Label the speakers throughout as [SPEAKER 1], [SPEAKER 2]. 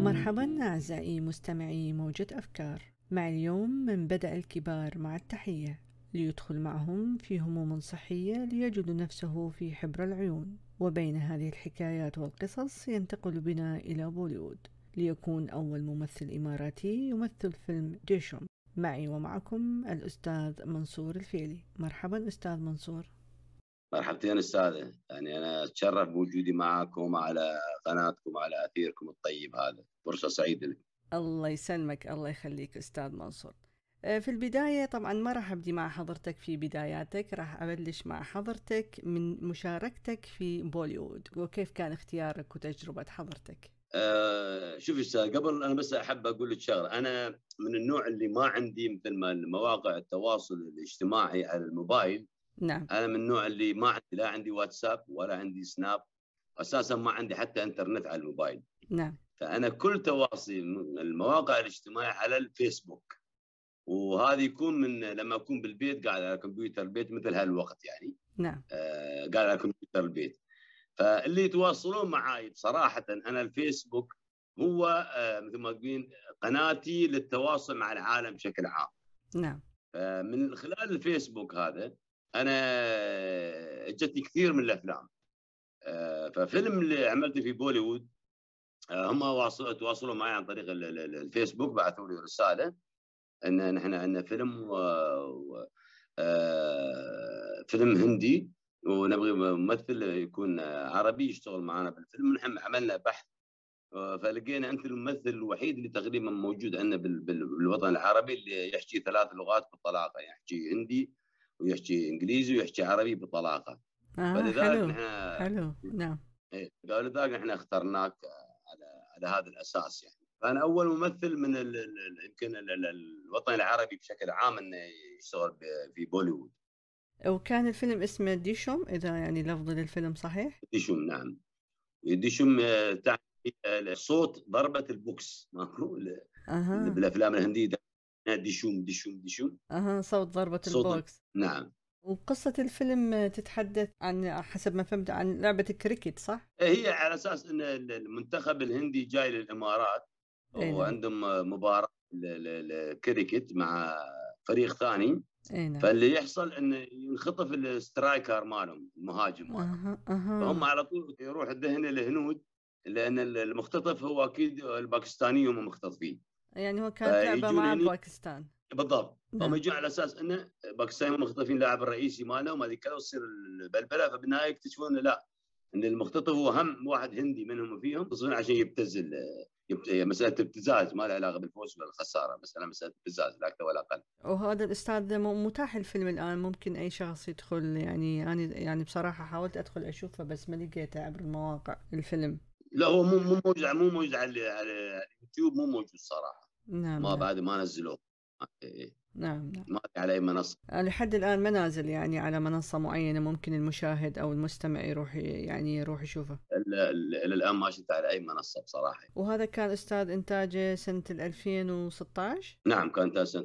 [SPEAKER 1] مرحبا أعزائي مستمعي موجة أفكار. مع اليوم من بدأ الكبار مع التحية ليدخل معهم في هموم صحية ليجد نفسه في حبر العيون، وبين هذه الحكايات والقصص ينتقل بنا إلى بوليوود ليكون أول ممثل إماراتي يمثل فيلم ديشوم. معي ومعكم الأستاذ منصور الفيلي. مرحبا أستاذ منصور.
[SPEAKER 2] مرحبتين أستاذة، يعني أنا أتشرف بوجودي معكم على قناتكم على أثيركم الطيب. هذا فرصة سعيدة لك.
[SPEAKER 1] الله يسلمك، الله يخليك أستاذ منصور. في البداية طبعا ما راح أبدي مع حضرتك في بداياتك، راح أبلش مع حضرتك من مشاركتك في بوليوود وكيف كان اختيارك وتجربة حضرتك.
[SPEAKER 2] شوف أستاذ، قبل أنا بس أحب أقول لك شغلة. أنا من النوع اللي ما عندي مثل ما مواقع التواصل الاجتماعي على الموبايل.
[SPEAKER 1] نعم.
[SPEAKER 2] أنا من النوع اللي ما عندي، لا عندي واتساب ولا عندي سناب، أساسا ما عندي حتى إنترنت على الموبايل.
[SPEAKER 1] نعم.
[SPEAKER 2] فأنا كل تواصلي من المواقع الاجتماعية على الفيسبوك، وهذا يكون من لما أكون بالبيت قاعد على كمبيوتر البيت مثل هالوقت يعني.
[SPEAKER 1] نعم.
[SPEAKER 2] قاعد على كمبيوتر البيت. فاللي يتواصلون معي بصراحة أنا الفيسبوك هو مثل ما تقولين قناتي للتواصل مع العالم بشكل عام.
[SPEAKER 1] نعم.
[SPEAKER 2] من خلال الفيسبوك هذا أنا جتني كثير من الأفلام. ففيلم اللي عملته في بوليوود، هم تواصلوا معي عن طريق الفيسبوك، بعثوا لي رسالة ان نحن عندنا فيلم فيلم هندي ونبغي ممثل يكون عربي يشتغل معنا بالفيلم. نحن عملنا بحث، فلقينا انت الممثل الوحيد اللي تقريبا موجود عندنا بالوطن العربي اللي يحكي 3 لغات بطلاقه، يحكي هندي ويحكي انجليزي ويحكي عربي بطلاقه. فلذلك
[SPEAKER 1] حلو.
[SPEAKER 2] نحن
[SPEAKER 1] حلو. نعم.
[SPEAKER 2] لذلك نحن اخترناك على هذا الاساس يعني. فانا اول ممثل من يمكن الوطن العربي بشكل عام انه يشتغل في بوليوود.
[SPEAKER 1] وكان الفيلم اسمه ديشوم، إذا يعني لفظ للفيلم صحيح؟
[SPEAKER 2] ديشوم، نعم. ديشوم تعني صوت ضربة البوكس، ماكو
[SPEAKER 1] أها.
[SPEAKER 2] بالافلام الهندية ديشوم ديشوم ديشوم،
[SPEAKER 1] صوت ضربة
[SPEAKER 2] صوت.
[SPEAKER 1] البوكس.
[SPEAKER 2] نعم.
[SPEAKER 1] وقصة الفيلم تتحدث عن، حسب ما فهمت، عن لعبة الكريكت، صح؟
[SPEAKER 2] هي على اساس ان المنتخب الهندي جاي للامارات
[SPEAKER 1] اي نعم.
[SPEAKER 2] وعندهم مباراة الكريكت مع فريق ثاني.
[SPEAKER 1] اي نعم.
[SPEAKER 2] فاللي يحصل انه ينخطف السترايكر مالهم، المهاجم مالهم. فهم على طول يروح الذهن للهنود، لان المختطف هو اكيد الباكستاني هم مختطفين.
[SPEAKER 1] يعني هو كانت لعبة
[SPEAKER 2] فيجون
[SPEAKER 1] مع
[SPEAKER 2] هني
[SPEAKER 1] باكستان.
[SPEAKER 2] بالضبط. هم
[SPEAKER 1] نعم.
[SPEAKER 2] يجون على اساس انه باكستاني هم مختطفين لاعب الرئيسي مالهم، هذه كذا وتصير البلبله. فبالنهايه يكتشفون لا، ان المختطف هو هم واحد هندي منهم فيهم، تصير عشان يبتز مساله ابتزاز، ما لها علاقه بالفوز ولا الخساره، مساله ابتزاز لا اكثر ولا اقل.
[SPEAKER 1] وهذا الأستاذ متاح الفيلم الآن، ممكن أي شخص يدخل. يعني أنا يعني بصراحة حاولت أدخل أشوفه بس ما لقيته عبر المواقع الفيلم.
[SPEAKER 2] لا، هو مو موجود على اليوتيوب، مو موجود صراحه.
[SPEAKER 1] نعم.
[SPEAKER 2] ما
[SPEAKER 1] نعم.
[SPEAKER 2] بعد ما نزلوه.
[SPEAKER 1] نعم. نعم.
[SPEAKER 2] ما على اي منصه.
[SPEAKER 1] لحد الآن ما نازل يعني على منصة معينة ممكن المشاهد أو المستمع يروح يعني يروح يشوفه.
[SPEAKER 2] الى الان ما شفت على اي منصه بصراحه.
[SPEAKER 1] وهذا كان أستاذ إنتاجه سنة 2016.
[SPEAKER 2] نعم، كانت سنه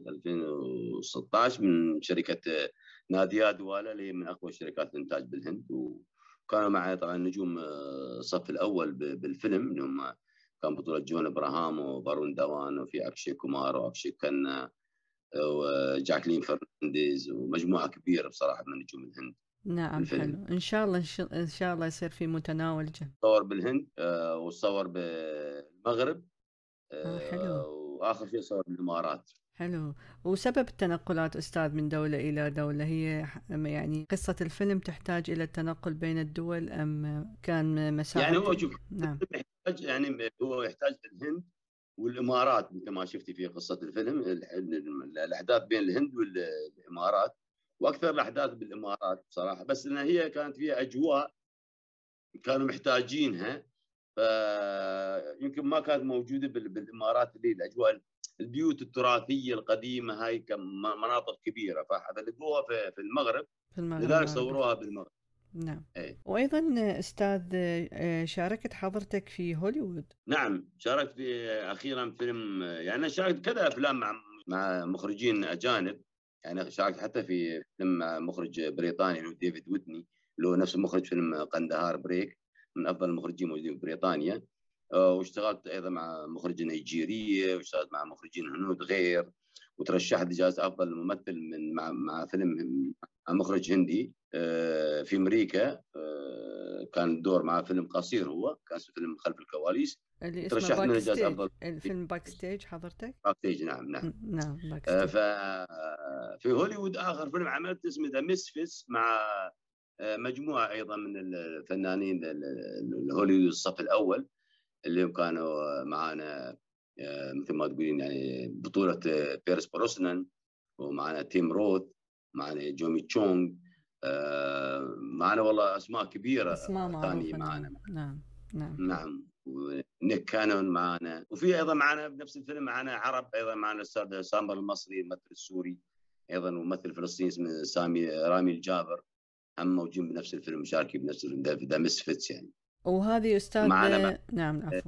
[SPEAKER 2] 2016 من شركه ناديا دواله، اللي هي من اقوى شركات الانتاج بالهند. وكانوا معي طبعا نجوم الصف الاول بالفيلم، اللي هم كان بطوله جون ابراهام وبارون داوان وفي اكشي كومار واكشي كنا وجاكلين فرنانديز ومجموعه كبيره بصراحه من نجوم الهند
[SPEAKER 1] نعم.
[SPEAKER 2] بالفيلم.
[SPEAKER 1] حلو. إن شاء الله إن شاء الله يصير في متناول جه.
[SPEAKER 2] صور بالهند وصور بالمغرب
[SPEAKER 1] حلو.
[SPEAKER 2] واخر شيء صور بالامارات.
[SPEAKER 1] حلو. وسبب التنقلات أستاذ من دولة إلى دولة، هي يعني قصة الفيلم تحتاج إلى التنقل بين الدول أم كان مساعد؟
[SPEAKER 2] يعني هو شوف،
[SPEAKER 1] نعم.
[SPEAKER 2] يحتاج، يعني هو يحتاج الهند والامارات مثل ما شفتي في قصه الفيلم. الاحداث بين الهند والامارات، واكثر الاحداث بالامارات بصراحه، بس انها هي كانت فيها اجواء كانوا محتاجينها. فيمكن ما كانت موجوده بالامارات، اللي الاجواء البيوت التراثيه القديمه هاي مناطق كبيره، فهذا لقوها في المغرب.
[SPEAKER 1] في المغرب.
[SPEAKER 2] لذلك صوروها بالمغرب.
[SPEAKER 1] نعم.
[SPEAKER 2] ايه.
[SPEAKER 1] وأيضا أستاذ، شاركت حضرتك في هوليوود.
[SPEAKER 2] نعم، شاركت في اخيرا فيلم، يعني انا شاركت كذا افلام مع مخرجين اجانب. يعني شاركت حتى في فيلم مع مخرج بريطاني اللي هو ديفيد ويدني، اللي هو نفس مخرج فيلم قندهار بريك، من افضل المخرجين موجودين في بريطانيا. واشتغلت ايضا مع مخرج نيجيريه، واشتغلت مع مخرجين هنود غير، وترشحت لجائزه افضل ممثل من مع فيلم مع مخرج هندي في امريكا. كان الدور مع فيلم قصير، هو كان فيلم خلف الكواليس،
[SPEAKER 1] اللي اسمه
[SPEAKER 2] ترشحت
[SPEAKER 1] باك
[SPEAKER 2] منه جائزه
[SPEAKER 1] ستيج،
[SPEAKER 2] افضل
[SPEAKER 1] الفيلم باك ستيج حضرتك؟
[SPEAKER 2] باك ستيج. نعم نعم.
[SPEAKER 1] نعم باك ستيج.
[SPEAKER 2] في هوليوود اخر فيلم عملت اسمه ذا ميسفيتس مع مجموعه ايضا من الفنانين الهوليوود الصف الاول اللي كانوا معنا، مثل ما تقولين يعني بطوله بيرس بروسنان، ومعنا تيم روث، معنا جومي تشونغ، معنا والله اسماء كبيره
[SPEAKER 1] اسماء
[SPEAKER 2] ثانيه
[SPEAKER 1] معروفة.
[SPEAKER 2] معنا.
[SPEAKER 1] نعم نعم.
[SPEAKER 2] نعم. ونيك كانون معنا، وفي ايضا معنا بنفس الفيلم معنا عرب ايضا، معنا الاستاذ سامر المصري الممثل السوري ايضا، وممثل فلسطيني اسمه رامي الجابر، هم موجودين بنفس الفيلم، مشاركين بنفس الفيلم ذا مسفتس يعني.
[SPEAKER 1] وهذه أستاذ
[SPEAKER 2] معنا
[SPEAKER 1] نعم عفوا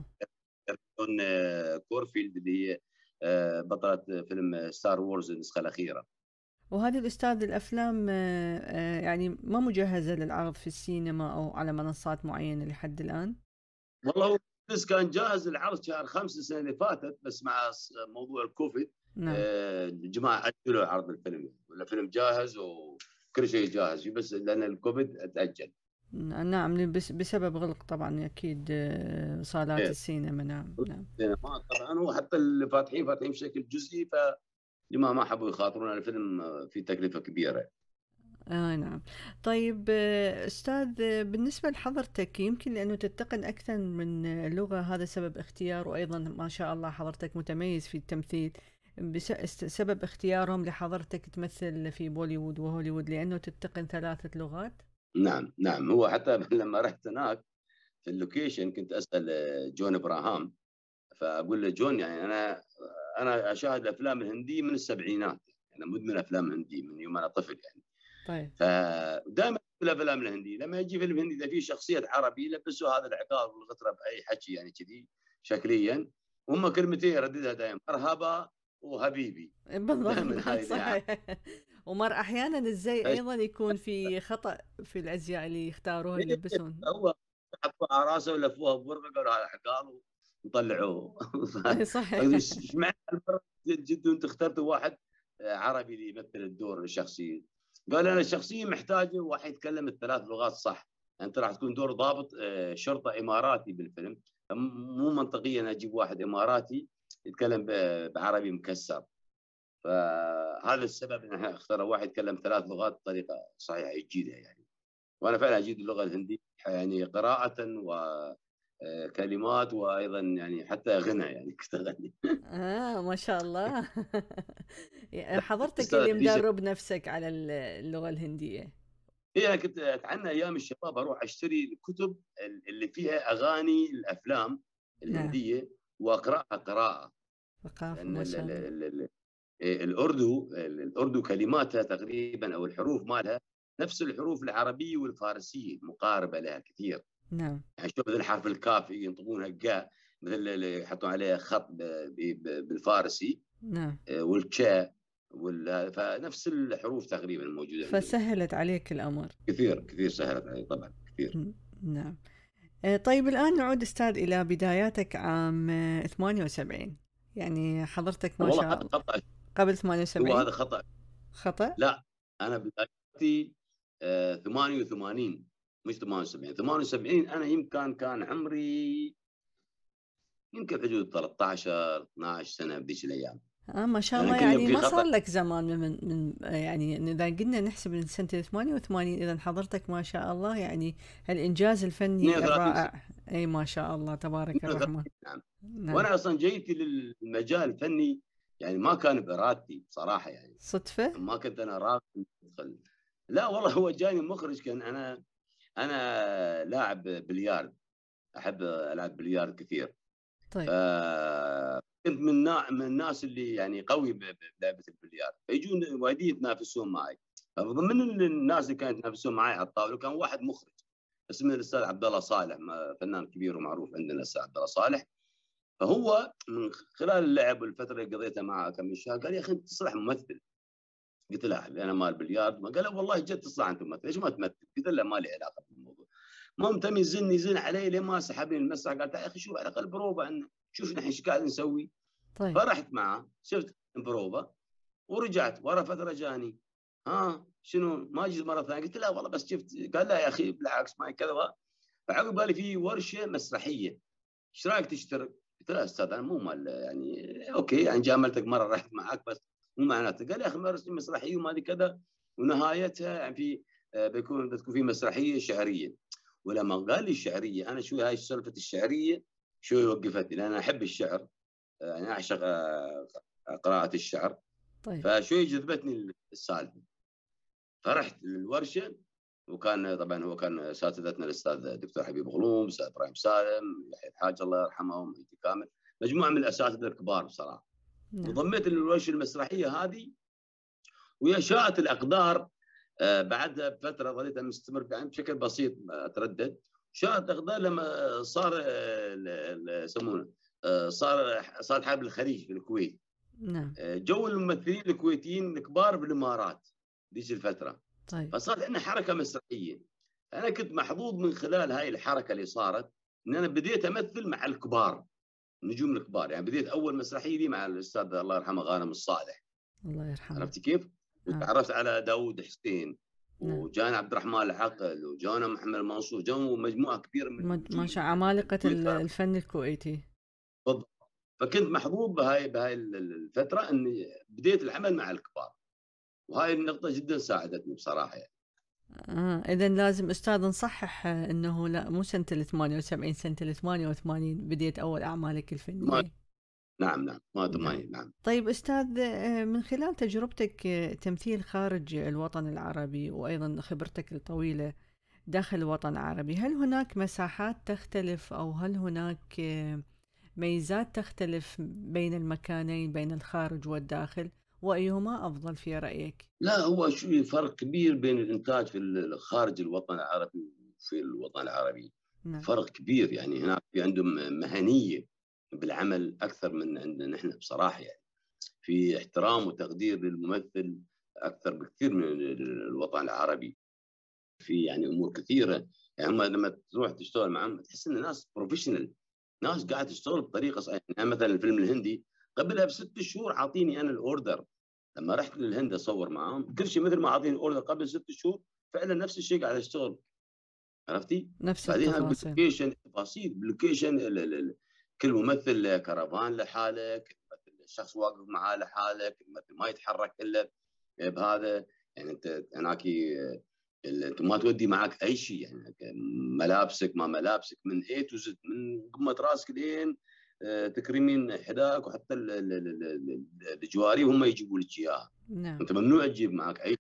[SPEAKER 2] كورفيلد اللي هي بطلة فيلم ستار وورز النسخة الأخيرة.
[SPEAKER 1] وهذه الأستاذ الأفلام يعني ما مجهزة للعرض في السينما أو على منصات معينة لحد الآن؟
[SPEAKER 2] والله هو بس كان جاهز العرض شهر 5 السنة اللي فاتت، بس مع موضوع الكوفيد
[SPEAKER 1] نعم.
[SPEAKER 2] الجماعة أجلوا عرض الفيلم، ولا فيلم جاهز وكل شيء جاهز، بس لأن الكوفيد تأجل.
[SPEAKER 1] نعم بسبب غلق طبعا أكيد صالات السينما. نعم نعم.
[SPEAKER 2] السينما طبعا، وحتى اللي فاتحين بشكل جزئي، فلما ما حبوا يخاطرون الفيلم في تكلفة كبيرة.
[SPEAKER 1] نعم. طيب أستاذ بالنسبة لحضرتك، يمكن لأنه تتقن أكثر من لغة هذا سبب اختيار، وأيضا ما شاء الله حضرتك متميز في التمثيل، سبب اختيارهم لحضرتك تمثل في بوليوود وهوليوود لأنه تتقن 3 لغات؟
[SPEAKER 2] نعم نعم. هو حتى لما رحت هناك في اللوكيشن كنت أسأل جون إبراهام، فأقول له جون يعني أنا أشاهد الأفلام الهندية من السبعينات، أنا مدمن أفلام هندي من يوم أنا طفل يعني.
[SPEAKER 1] طيب.
[SPEAKER 2] فدائما في الافلام الهنديه لما يجي فيلم هندي اذا في شخصيه عربي يلبسوا هذا العقال والغتره باي حكي يعني كذي شكليا، هم كلمتين يرددها دائما، مرحبا وحبيبي.
[SPEAKER 1] بالضبط صحيح. ومر احيانا الزي ايضا يكون في خطا في الازياء اللي يختاروها يلبسون.
[SPEAKER 2] هو حطوا على راسه ولفوها بورقه قالوا هذا عقال وطلعوه.
[SPEAKER 1] صحيح.
[SPEAKER 2] ايش معنى المره جد انت اخترتوا واحد عربي اللي يمثل الدور الشخصيه؟ قال انا الشخصيه محتاجه واحد يتكلم ال3 لغات صح، انت راح تكون دور ضابط شرطه اماراتي بالفيلم، مو منطقيا ان اجيب واحد اماراتي يتكلم بعربي مكسر. فهذا السبب ان احنا اخترنا واحد يتكلم 3 لغات بطريقه صحيحه يجيدها يعني. وانا فعلا اجيد اللغه الهنديه يعني قراءه وكلمات، وايضا يعني حتى غنى يعني كنت اغني.
[SPEAKER 1] ما شاء الله. حضرتك اللي مدرب نفسك على اللغه الهنديه؟
[SPEAKER 2] انا كنت اتعنى ايام الشباب اروح اشتري الكتب اللي فيها اغاني الافلام الهنديه واقراها قراءه.
[SPEAKER 1] ثقافه ما شاء الله.
[SPEAKER 2] الاردو كلماتها تقريبا او الحروف مالها نفس الحروف العربيه والفارسيه، مقاربه لها كثير.
[SPEAKER 1] نعم.
[SPEAKER 2] يعني شوف مثل حرف الكاف ينطقونها قا، مثل اللي يحطون عليها خط بالفارسي.
[SPEAKER 1] نعم.
[SPEAKER 2] والكاء فنفس الحروف تقريبا موجوده.
[SPEAKER 1] فسهلت عليك الامر
[SPEAKER 2] كثير كثير، سهلت علي طبعا كثير.
[SPEAKER 1] نعم. طيب الان نعود استاذ الى بداياتك عام 78، يعني حضرتك ما شاء الله
[SPEAKER 2] خطأ.
[SPEAKER 1] قبل 78.
[SPEAKER 2] هو هذا خطأ. لا انا بدايتي 88 مش 78. 78 انا يمكن كان عمري يمكن حدود 13 12 سنه بذيك الايام.
[SPEAKER 1] ما شاء الله، يعني ما صار لك زمان من يعني اذا قلنا نحسب من سنه 88، اذا حضرتك ما شاء الله يعني الانجاز الفني الرائع. اي ما شاء الله تبارك الرحمن.
[SPEAKER 2] نعم. وانا اصلا جيتي للمجال الفني يعني ما كان بارادتي بصراحه، يعني
[SPEAKER 1] صدفه،
[SPEAKER 2] ما كنت انا راغب ادخل. لا والله هو جاني مخرج، كان انا لاعب بليارد، احب العب بليارد كثير.
[SPEAKER 1] طيب.
[SPEAKER 2] كنت من الناس اللي يعني قوي بلعبه البليارد، فيجون وايدين يتنافسون معي. فضمن الناس اللي كانوا يتنافسون معي على الطاوله كان واحد مخرج اسمه الاستاذ عبد الله صالح، فنان كبير ومعروف عندنا الاستاذ عبد الله صالح. فهو من خلال اللعب والفتره اللي قضيتها معه كم من شهر قال لي يا اخي انت تصلح ممثل. قلت له انا مال بليارد، ما قال والله جد تصلح انت ممثل، ليش ما تمثل؟ قلت له ما لي علاقه بالموضوع. المهم تم يزن علي لين ما سحبني المسرح، قال تعال يا اخي شوف على الاقل بروفه عنا، شوف نحن ايش قاعد نسوي.
[SPEAKER 1] طيب.
[SPEAKER 2] فرحت معه شفت بروفه ورجعت ورا فتره جاني، ها شنو ما جيت مره ثانيه؟ قلت لا والله بس شفت. قال لا يا اخي بالعكس ما كذا. فعقب بالي في ورشه مسرحيه، ايش رايك تشترك؟ قلت له استاذ انا مو مال يعني اوكي يعني جاملتك مره رحت معك بس مو معناته. قال يا اخي مارس مسرحيه وما ادري كذا، ونهايتها يعني في بتكون في مسرحيه شعريه. ولما قال لي الشعريه انا شوي هاي سالفه الشعريه شوي وقفتني، لان انا احب الشعر، يعني اعشق قراءه الشعر.
[SPEAKER 1] طيب.
[SPEAKER 2] فشوي جذبتني السالفه، فرحت للورشه. وكان طبعا هو كان اساتذتنا الاستاذ الدكتور حبيب غلوم، الاستاذ ابراهيم سالم، يحيى الحاج الله يرحمه، مجدي كامل، مجموعه من الاساتذه الكبار بصراحه.
[SPEAKER 1] نعم.
[SPEAKER 2] وضميت للورشه المسرحيه هذه، ويا شاءت الاقدار بعدها بفتره ظليت مستمر يعني بشكل بسيط اتردد. شاءت الاقدار لما صار يسمونه صار حرب الخليج في الكويت.
[SPEAKER 1] نعم.
[SPEAKER 2] جو الممثلين الكويتيين الكبار بالامارات ذيك الفتره.
[SPEAKER 1] طيب.
[SPEAKER 2] فصارت عندنا حركه مسرحيه. انا كنت محظوظ من خلال هاي الحركه اللي صارت ان انا بديت امثل مع الكبار، النجوم الكبار. يعني بديت اول مسرحيه لي مع الاستاذ الله يرحمه غانم الصالح،
[SPEAKER 1] الله يرحمه.
[SPEAKER 2] عرفت كيف؟ وتعرفت على داوود حسين،
[SPEAKER 1] نعم.
[SPEAKER 2] وجانا عبد الرحمن العقل، وجانا محمد المنصور، جانا مجموعه كبيره من
[SPEAKER 1] ما
[SPEAKER 2] الجيل
[SPEAKER 1] شاء عمالقة
[SPEAKER 2] الكويت.
[SPEAKER 1] الفن الكويتي.
[SPEAKER 2] بالضبط. فكنت محظوظ بهاي الفتره اني بديت العمل مع الكبار، وهاي النقطه جدا ساعدتني بصراحه يعني.
[SPEAKER 1] إذا لازم أستاذ نصحح إنه لا مو سنة 78، سنة 88 بديت أول أعمالك
[SPEAKER 2] ما
[SPEAKER 1] الفنية.
[SPEAKER 2] نعم ما
[SPEAKER 1] نعم.
[SPEAKER 2] 80 نعم.
[SPEAKER 1] طيب أستاذ، من خلال تجربتك تمثيل خارج الوطن العربي، وأيضا خبرتك الطويلة داخل الوطن العربي، هل هناك مساحات تختلف، أو هل هناك ميزات تختلف بين المكانين، بين الخارج والداخل، وأيهما أفضل في رأيك؟
[SPEAKER 2] لا هو شو فرق كبير بين الانتاج في خارج الوطن العربي وفي الوطن العربي.
[SPEAKER 1] نعم.
[SPEAKER 2] فرق كبير، يعني هناك في عندهم مهنيه بالعمل اكثر من عندنا نحن بصراحه. يعني في احترام وتقدير للممثل اكثر بكثير من الوطن العربي. في يعني امور كثيره، يعني هم لما تروح تشتغل معهم تحس ان ناس بروفيشنال، ناس قاعده تشتغل بطريقه صحيحه. يعني مثلا الفيلم الهندي قبلها ب6 شهور عاطيني انا الاوردر. لما رحت للهند اصور معاهم كل شيء مثل ما عاطيني الاوردر قبل 6 شهور، فعلا نفس الشيء قاعد اشتغل. عرفتي؟
[SPEAKER 1] نفس
[SPEAKER 2] بعدين هناك
[SPEAKER 1] التفاصيل.
[SPEAKER 2] باللوكيشن تفاصيل باللوكيشن، كل ممثل كرفان لحاله، كل ممثل الشخص واقف معاه لحاله، كل ممثل ما يتحرك الا بهذا. يعني انت هناك انت ما تودي معك اي شيء، يعني ملابسك ما ملابسك من اي تو زد، من قمه راسك لين تكرمين حذاك، وحتى الجواري وهم يجيبوا لك اياها.
[SPEAKER 1] نعم.
[SPEAKER 2] انت ممنوع تجيب معك اي.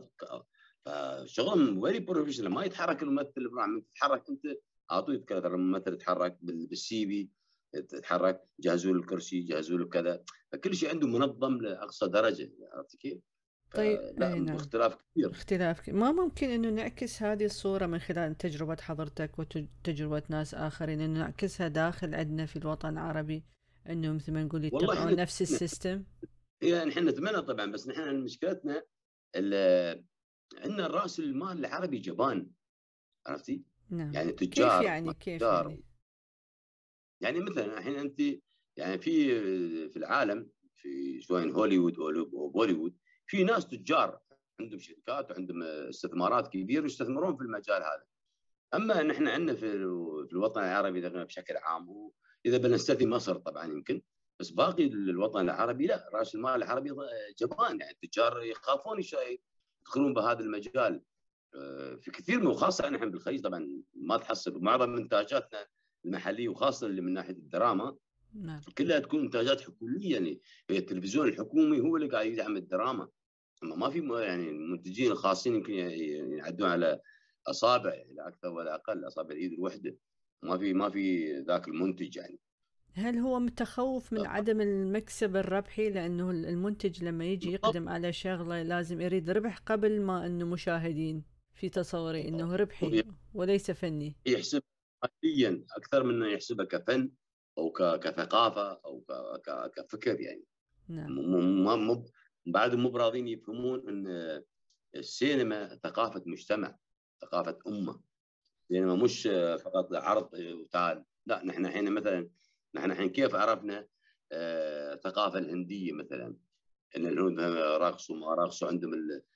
[SPEAKER 2] فشغل فيري بروفيشنال، ما يتحرك الممثل من تتحرك انت. اعطوه ترى الممثل يتحرك بالسي في، تتحرك جهزوا له الكرسي، جهزوا له كذا، فكل شيء عنده منظم لاقصى درجه. عرفت كيف؟
[SPEAKER 1] طيب.
[SPEAKER 2] فلا
[SPEAKER 1] نعم.
[SPEAKER 2] باختلاف كثير.
[SPEAKER 1] ما ممكن أنه نعكس هذه الصورة من خلال تجربة حضرتك وتجربة ناس آخرين، أنه نعكسها داخل عندنا في الوطن العربي، أنه مثل ما نقول
[SPEAKER 2] والله
[SPEAKER 1] يتبعون
[SPEAKER 2] احنا
[SPEAKER 1] نفس السيستم؟
[SPEAKER 2] يعني احنا نتمنى طبعا، بس نحن مشكلتنا عندنا راس المال العربي جبان. عرفتي؟
[SPEAKER 1] نعم.
[SPEAKER 2] يعني
[SPEAKER 1] كيف
[SPEAKER 2] تجار
[SPEAKER 1] يعني؟
[SPEAKER 2] ما
[SPEAKER 1] كيف
[SPEAKER 2] تجار.
[SPEAKER 1] يعني؟
[SPEAKER 2] يعني مثلا الحين انت يعني في العالم، في سواء هوليوود او بوليوود، في ناس تجار عندهم شركات وعندهم استثمارات كبيره ويستثمرون في المجال هذا. اما نحن عندنا في الوطن العربي بشكل عام، اذا بنستثني مصر طبعا يمكن، بس باقي الوطن العربي لا، راس المال العربي جبان. يعني التجار يخافون يدخلون بهذا المجال في كثير من، وخاصه نحن بالخليج طبعا ما تحصل معظم انتاجاتنا المحليه، وخاصه اللي من ناحيه الدراما
[SPEAKER 1] نعم.
[SPEAKER 2] كلها تكون انتاجات حكوميه. يعني التلفزيون الحكومي هو اللي قاعد يدعم الدراما، اما ما في يعني المنتجين الخاصين يمكن يعدون على اصابع، لا اكثر ولا اقل، اصابع الايد الواحده. ما في ذاك المنتج يعني.
[SPEAKER 1] هل هو متخوف من عدم المكسب الربحي، لأنه المنتج لما يجي
[SPEAKER 2] بالضبط.
[SPEAKER 1] يقدم على شغلة لازم يريد ربح قبل ما أنه مشاهدين، في تصوري أنه ربحي وليس فني.
[SPEAKER 2] يحسب ماديا اكثر من انه يحسبها كفن او كثقافه او كفكر يعني.
[SPEAKER 1] نعم.
[SPEAKER 2] بعد مو براضين يفهمون ان السينما ثقافه مجتمع، ثقافه امه. يعني مش فقط عرض وتعال، لا نحن الحين مثلا، نحن الحين كيف عرفنا الثقافه الهنديه مثلا، ان الهنود رقصوا ما رقصوا، عندهم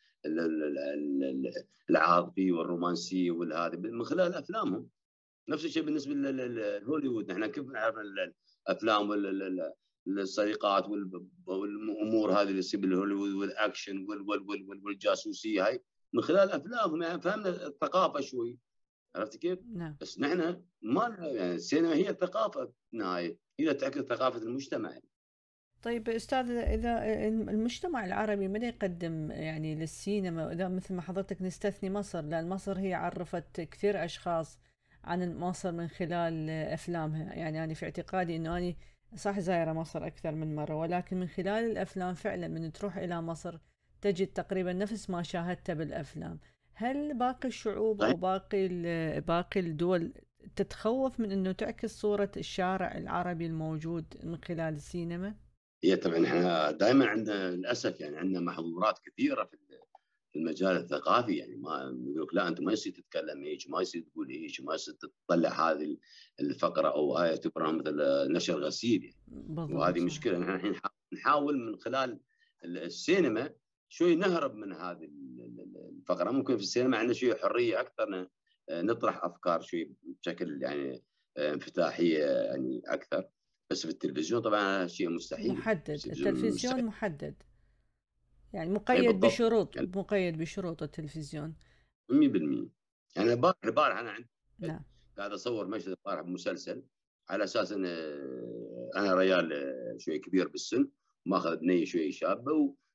[SPEAKER 2] العاطفي والرومانسي والهذا من خلال افلامهم. نفس الشيء بالنسبه لهوليوود، نحن كيف نعرف الافلام والسرقات والامور هذه اللي تصير بالهوليوود والاكشن والجاسوسيه هاي من خلال افلامهم، يعني فهمنا الثقافه شوي. عرفت كيف؟
[SPEAKER 1] نعم.
[SPEAKER 2] بس نحن ما يعني السينما هي الثقافه بالنهايه، هي تعكس ثقافه المجتمع يعني.
[SPEAKER 1] طيب أستاذ، إذا المجتمع العربي ماذا يقدم يعني للسينما، إذا مثل ما حضرتك نستثني مصر، لأن مصر هي عرفت كثير أشخاص عن مصر من خلال أفلامها. يعني أنا في اعتقادي أنه أنا صح زايرة مصر أكثر من مرة، ولكن من خلال الأفلام فعلا من تروح إلى مصر تجد تقريبا نفس ما شاهدته بالأفلام. هل باقي الشعوب
[SPEAKER 2] صحيح.
[SPEAKER 1] أو باقي الدول تتخوف من أنه تعكس صورة الشارع العربي الموجود من خلال السينما؟
[SPEAKER 2] هي طبعا احنا دائما عندنا للاسف يعني عندنا محظورات كثيره في المجال الثقافي، يعني ما يقول لك لا انت ما يصير تتكلم هيك، ما يصير تقول هيك، ما يصير تطلع هذه الفقره او هاي تعتبرها مثل نشر غسيل يعني.
[SPEAKER 1] بالضبط،
[SPEAKER 2] وهذه
[SPEAKER 1] صحيح.
[SPEAKER 2] مشكله. نحن الحين نحاول من خلال السينما شوي نهرب من هذه الفقره. ممكن في السينما عندنا شوي حريه اكثر، نطرح افكار شوي بشكل يعني انفتاحيه يعني اكثر. بس في التلفزيون طبعا شيء مستحيل،
[SPEAKER 1] محدد،
[SPEAKER 2] التلفزيون
[SPEAKER 1] التلفزيون
[SPEAKER 2] مستحيل.
[SPEAKER 1] محدد، يعني
[SPEAKER 2] اي
[SPEAKER 1] مقيد
[SPEAKER 2] بالضبط
[SPEAKER 1] بشروط،
[SPEAKER 2] يعني
[SPEAKER 1] مقيد بشروط التلفزيون.
[SPEAKER 2] 100%. يعني البارح انا عندي
[SPEAKER 1] نعم.
[SPEAKER 2] قاعد اصور مشهد البارح بمسلسل، على اساس ان انا ريال شوي كبير بالسن، ماخذ بنيه شوي شابه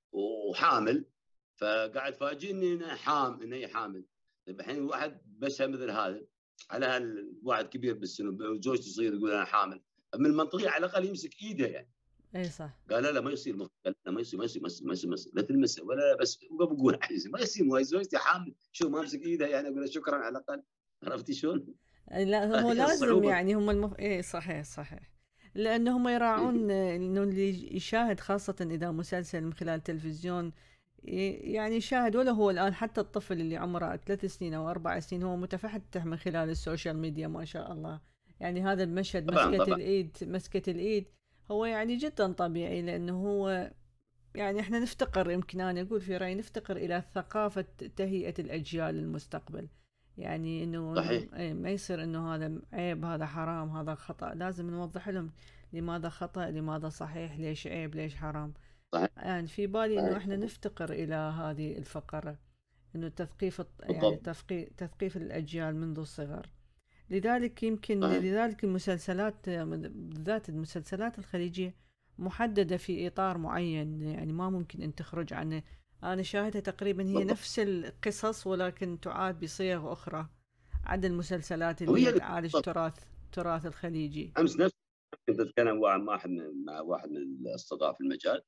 [SPEAKER 2] وحامل. فقاعد فاجئني انه ان هي حامل. طيب الحين واحد بس مثل هذا على واحد كبير بالسن وزوجته تصير يقول انا حامل، من المنطقيه على الاقل يمسك ايدها يعني.
[SPEAKER 1] اي صح.
[SPEAKER 2] قال لا لا ما يصير، قال لا ما يصير ما يصير ما يصير ما يصير, ما يصير. لا تلمسه ولا لا، بس بقول ما يصير، ما زوجتي حامل شو ما امسك ايدها يعني، اقول له شكرا على الاقل. عرفتي شلون؟
[SPEAKER 1] لا، هو
[SPEAKER 2] هي
[SPEAKER 1] لازم
[SPEAKER 2] الصعوبه.
[SPEAKER 1] يعني هم ايه صحيح صحيح. لأنه هم يراعون انه اللي يشاهد، خاصة إذا مسلسل من خلال التلفزيون، يعني يشاهد، ولا هو الآن حتى الطفل اللي عمره 3 سنين أو 4 سنين هو متفتح من خلال السوشيال ميديا ما شاء الله. يعني هذا المشهد،
[SPEAKER 2] طبعا طبعا
[SPEAKER 1] مسكة الإيد، هو يعني جدا طبيعي، لأنه هو يعني احنا نفتقر، يمكن انا اقول في رايي نفتقر الى ثقافه تهيئه الاجيال للمستقبل. يعني انه
[SPEAKER 2] صحيح
[SPEAKER 1] ما يصير انه هذا عيب، هذا حرام، هذا خطا. لازم نوضح لهم لماذا خطا، لماذا صحيح، ليش عيب، ليش حرام.
[SPEAKER 2] صحيح
[SPEAKER 1] يعني في بالي انه
[SPEAKER 2] صحيح
[SPEAKER 1] احنا نفتقر الى هذه الفقره، انه يعني
[SPEAKER 2] بالضبط
[SPEAKER 1] تثقيف الاجيال منذ الصغر. لذلك يمكن
[SPEAKER 2] صحيح
[SPEAKER 1] لذلك المسلسلات، بالذات المسلسلات الخليجية، محددة في إطار معين، يعني ما ممكن أن تخرج عنه. أنا شاهدها تقريبا هي
[SPEAKER 2] بالضبط.
[SPEAKER 1] نفس القصص، ولكن تعاد بصيغ أخرى، عدا المسلسلات اللي
[SPEAKER 2] وهي
[SPEAKER 1] هي تعالج
[SPEAKER 2] بالضبط.
[SPEAKER 1] تراث الخليجي.
[SPEAKER 2] امس نفسي كنت اتكلم مع واحد من الاصدقاء في المجال،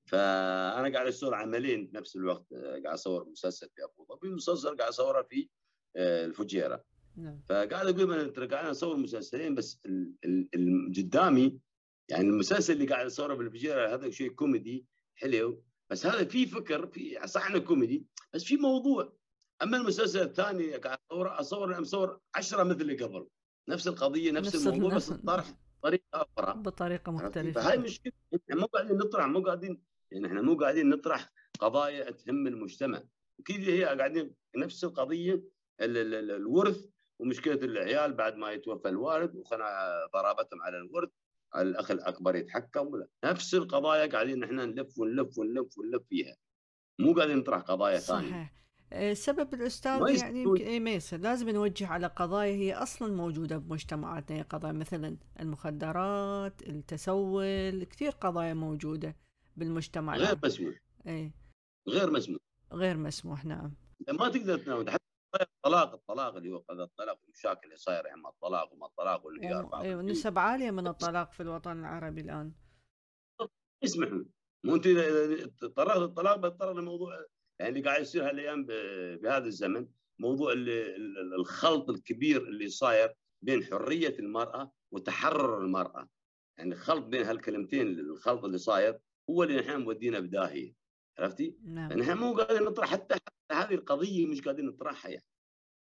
[SPEAKER 2] فانا قاعد اشتغل عملين في نفس الوقت، قاعد اصور مسلسل في ابو ظبي، مسلسل قاعد اصوره في الفجيره.
[SPEAKER 1] نعم.
[SPEAKER 2] فقاعد اقول انا ترى قاعد اصور مسلسلين، بس قدامي يعني المسلسل اللي قاعد اصوره بالفجيره هذا شيء كوميدي حلو، بس هذا في فكر، في صح انه كوميدي بس في موضوع. اما المسلسل الثاني قاعد مصور 10 مثل اللي قبل، نفس القضيه نفس
[SPEAKER 1] نفس
[SPEAKER 2] الموضوع، بس الطرح طريقه اخرى.
[SPEAKER 1] بطريقة
[SPEAKER 2] عرفتي؟
[SPEAKER 1] مختلفة.
[SPEAKER 2] فهاي مشكله، احنا مو قاعدين نطرح، مو قاعدين يعني احنا مو قاعدين نطرح قضايا تهم المجتمع. اكيد هي قاعدين نفس القضيه، الورث ومشكله العيال بعد ما يتوفى الوالد وخنا ضرابتهم على الورث، على الاخ الاكبر يتحكم، ولا نفس القضايا قاعدين احنا نلف ونلف ونلف ونلف فيها، مو قاعدين نطرح قضايا ثانيه.
[SPEAKER 1] صحيح. سبب الأستاذ
[SPEAKER 2] ما
[SPEAKER 1] يعني
[SPEAKER 2] يستوي.
[SPEAKER 1] يمكن ما يصير، لازم نوجه على قضايا هي أصلا موجودة بمجتمعاتنا. هي قضايا مثلا المخدرات، التسول، كثير قضايا موجودة بالمجتمع
[SPEAKER 2] غير
[SPEAKER 1] العام.
[SPEAKER 2] مسموح،
[SPEAKER 1] إيه.
[SPEAKER 2] غير مسموح.
[SPEAKER 1] غير مسموح، نعم.
[SPEAKER 2] ما تقدر تناول حتى الطلاق اللي هو قضاء الطلاق والمشاكل اللي صايره، اما الطلاق وما الطلاق والانهيار بعض
[SPEAKER 1] إيه،
[SPEAKER 2] البيوت
[SPEAKER 1] ونسب عالية من الطلاق في الوطن العربي الآن.
[SPEAKER 2] يسمحوا. مو انت اذا طرقت الطلاق بتطرق لموضوع يعني اللي قاعد يصير هالايام بهذا الزمن، موضوع الخلط الكبير اللي صاير بين حريه المراه وتحرر المراه. يعني الخلط بين هالكلمتين، الخلط اللي صاير هو اللي نحن مودينا بداهيه. عرفتي؟
[SPEAKER 1] نعم.
[SPEAKER 2] نحن مو قاعدين نطرح حتى هذه القضيه، مش قاعدين نطرحها يعني.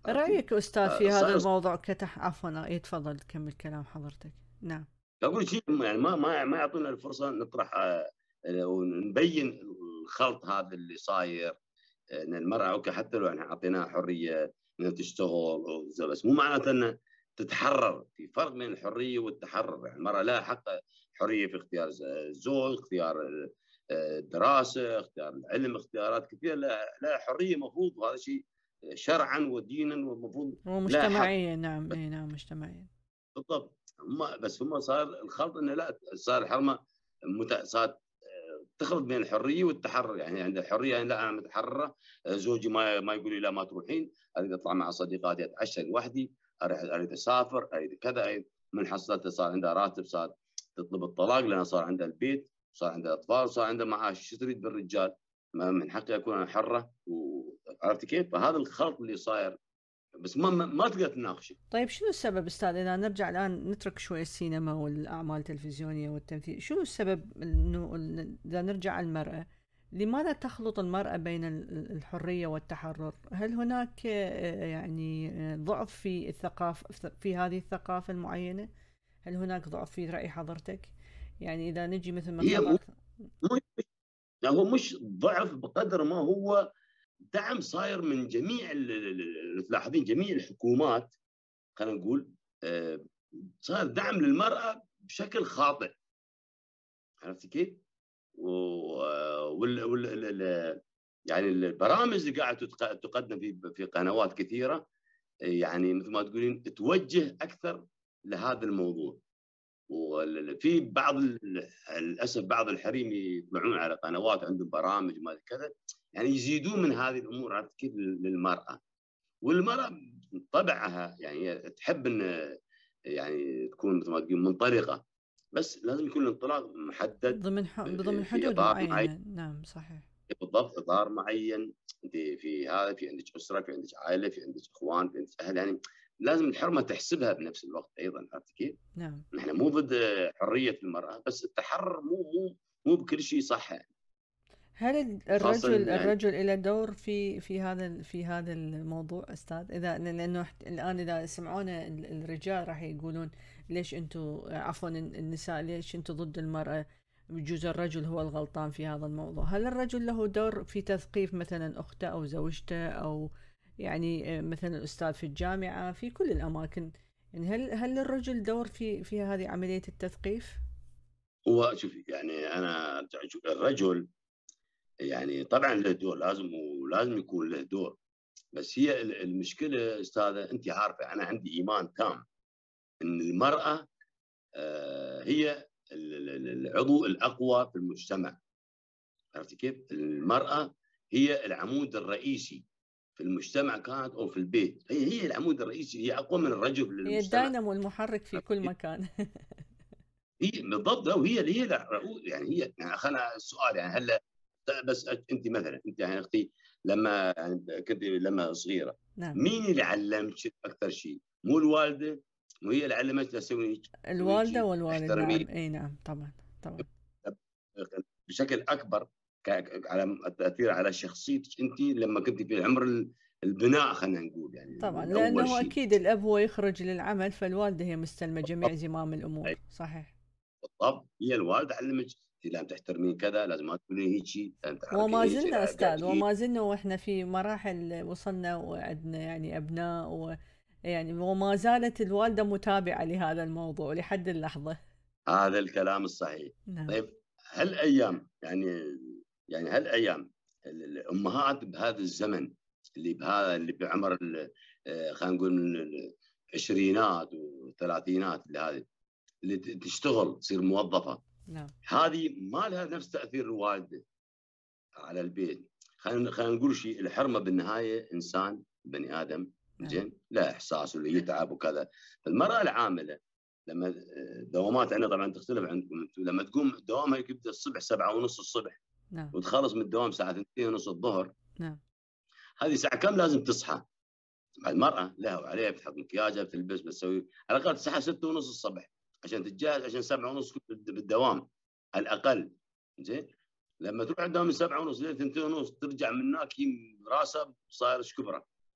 [SPEAKER 1] رأيك أستاذ في هذا
[SPEAKER 2] صاير
[SPEAKER 1] الموضوع عفوا يتفضل كمل كلام حضرتك. نعم.
[SPEAKER 2] اقول شيء يعني ما يعطونا الفرصه نطرح ونبين الخلط هذا اللي صاير، ان المراه اوكي حتى لو احنا اعطيناها حريه انها تشتغل بس مو معناته انها تتحرر. في فرق بين الحريه والتحرر. يعني المراه لها حق حريه في اختيار الزوج، اختيار الدراسه، اختيار العلم، اختيارات كثيره لها حريه مفروض، وهذا شيء شرعا ودينا ومفروض لها حق.
[SPEAKER 1] ومجتمعيا نعم، اي نعم مجتمعيا.
[SPEAKER 2] بالضبط. هم صار الخلط انه لا، صار الحرمه صارت تخلط بين الحريه والتحرر. يعني عند الحريه يعني لا انا متحرره، زوجي ما يقول لي لا ما تروحين، اريد اطلع مع صديقاتي اتعشى لوحدي، اريد اسافر، اريد كذا، أريد من حصلتها صار عندها راتب، صار تطلب الطلاق لان صار عندها البيت، صار عندها اطفال، صار عندها معاش. شو تريد بالرجال؟ ما من حقي اكون انا حره. وعرفت كيف؟ فهذا الخلط اللي صاير بس ما تقدر تناقشه.
[SPEAKER 1] طيب شنو السبب أستاذ، إذا نرجع الآن نترك شوي السينما والأعمال التلفزيونية والتمثيل، شنو السبب إنه إذا نرجع على المرأة، لماذا تخلط المرأة بين الحرية والتحرر؟ هل هناك يعني ضعف في الثقافة، في هذه الثقافة المعينة؟ هل هناك ضعف في رأي حضرتك؟ يعني إذا نجي مثل ما
[SPEAKER 2] هي
[SPEAKER 1] تفضلت.
[SPEAKER 2] مو هو مش ضعف بقدر ما هو دعم صاير من جميع تلاحظين جميع الحكومات، خلينا نقول صار دعم للمرأة بشكل خاطئ. عرفت كيف؟ يعني البرامج اللي قاعده تقدم في قنوات كثيره، يعني مثل ما تقولين توجه اكثر لهذا الموضوع. وفي للاسف بعض الحريم يطلعون على قنوات عندهم برامج وما كذا، يعني يزيدون من هذه الامور. عرفت كيف؟ للمراه. والمراه طبعها يعني تحب ان يعني تكون مثل ما تقول منطلقه، بس لازم يكون الانطلاق محدد
[SPEAKER 1] ضمن
[SPEAKER 2] في
[SPEAKER 1] حدود
[SPEAKER 2] اطار معين.
[SPEAKER 1] معينة، نعم صحيح.
[SPEAKER 2] بالضبط، اطار معين. انت في هذا، في عندك اسره، في عندك عائله، في عندك اخوان، في عندك اهل، يعني لازم الحرمه تحسبها بنفس الوقت ايضا. عرفت كيف؟
[SPEAKER 1] نعم.
[SPEAKER 2] نحن مو ضد حريه المراه، بس التحرر مو بكل شيء صح يعني.
[SPEAKER 1] هل
[SPEAKER 2] خاصه يعني
[SPEAKER 1] الرجل له دور في هذا الموضوع استاذ؟ اذا لانه الان اذا سمعونا الرجال راح يقولون ليش انتم، عفوا النساء، ليش انتم ضد المرأة؟ بجوز الرجل هو الغلطان في هذا الموضوع. هل الرجل له دور في تثقيف مثلا اخته او زوجته، او يعني مثلا استاذ في الجامعة في كل الاماكن؟ يعني هل للرجل دور في هذه عملية التثقيف؟
[SPEAKER 2] هو شوفي، يعني انا الرجل يعني طبعا له دور، ولازم يكون له دور. بس هي المشكله استاذه، انت عارفه انا عندي ايمان تام ان المراه هي العضو الاقوى في المجتمع. عرفتي كيف؟ المراه هي العمود الرئيسي في المجتمع، كانت او في البيت، هي العمود الرئيسي، هي اقوى من الرجل في
[SPEAKER 1] هي
[SPEAKER 2] المجتمع.
[SPEAKER 1] الدينامو المحرك في كل مكان.
[SPEAKER 2] هي بالضبط، هي يعني هي يعني خلينا السؤال يعني هلا بس انت مثلا انت يعني اختي لما يعني كنت لما صغيره،
[SPEAKER 1] نعم.
[SPEAKER 2] مين اللي علمك اكثر شيء؟ مو الوالده؟ وهي اللي علمتك تسوي هيك، تسوي
[SPEAKER 1] الوالدة
[SPEAKER 2] هيك،
[SPEAKER 1] والوالد،
[SPEAKER 2] احترمي
[SPEAKER 1] نعم اي نعم طبعا. طبعا.
[SPEAKER 2] بشكل اكبر على التاثير على شخصيتك انت لما كنت في عمر البناء، خلينا نقول يعني
[SPEAKER 1] طبعا
[SPEAKER 2] اول
[SPEAKER 1] لأنه
[SPEAKER 2] شيء.
[SPEAKER 1] أكيد الأب هو يخرج للعمل، فالوالدة هي مستلمة جميع زمام الأمور. صحيح.
[SPEAKER 2] بالضبط، هي الوالده علمك انت لازم تحترمين كذا، لازم ما تقولين هيك، لازم تحركين
[SPEAKER 1] وما
[SPEAKER 2] هيك،
[SPEAKER 1] زلنا أستاذ،
[SPEAKER 2] ابعدي.
[SPEAKER 1] وما زلنا وإحنا في مراحل وصلنا وعندنا يعني أبناء يعني وما زالت الوالدة متابعة لهذا الموضوع لحد اللحظة.
[SPEAKER 2] هذا الكلام الصحيح.
[SPEAKER 1] نعم.
[SPEAKER 2] طيب هالايام يعني هالايام الامهات بهذا الزمن اللي بعمر خلينا نقول من العشرينات والثلاثينات، اللي تشتغل تصير موظفه،
[SPEAKER 1] نعم.
[SPEAKER 2] هذه ما لها نفس تاثير الوالده على البيت. خلينا نقول شيء، الحرمه بالنهايه انسان بني ادم،
[SPEAKER 1] نعم.
[SPEAKER 2] زين، لا احساس ولا يتعب وكذا. المراه العامله لما دوامات عندنا طبعا تختلف عنكم انتم، لما تقوم دوامها يبدا الصبح 7:30 الصبح
[SPEAKER 1] نعم.
[SPEAKER 2] وتخلص من الدوام الساعه 2:30 الظهر،
[SPEAKER 1] نعم.
[SPEAKER 2] هذه ساعه كم لازم تصحى؟ المراه لها وعليها، بتحط مكياجها، بتلبس، بتسوي على الاقل تصحى 6:30 الصبح عشان تتجهز عشان 7:30 بالدوام على الاقل. زين، لما تروح الدوام من 7:30 ل 2:30 ترجع من هناك راسها صاير شكبره،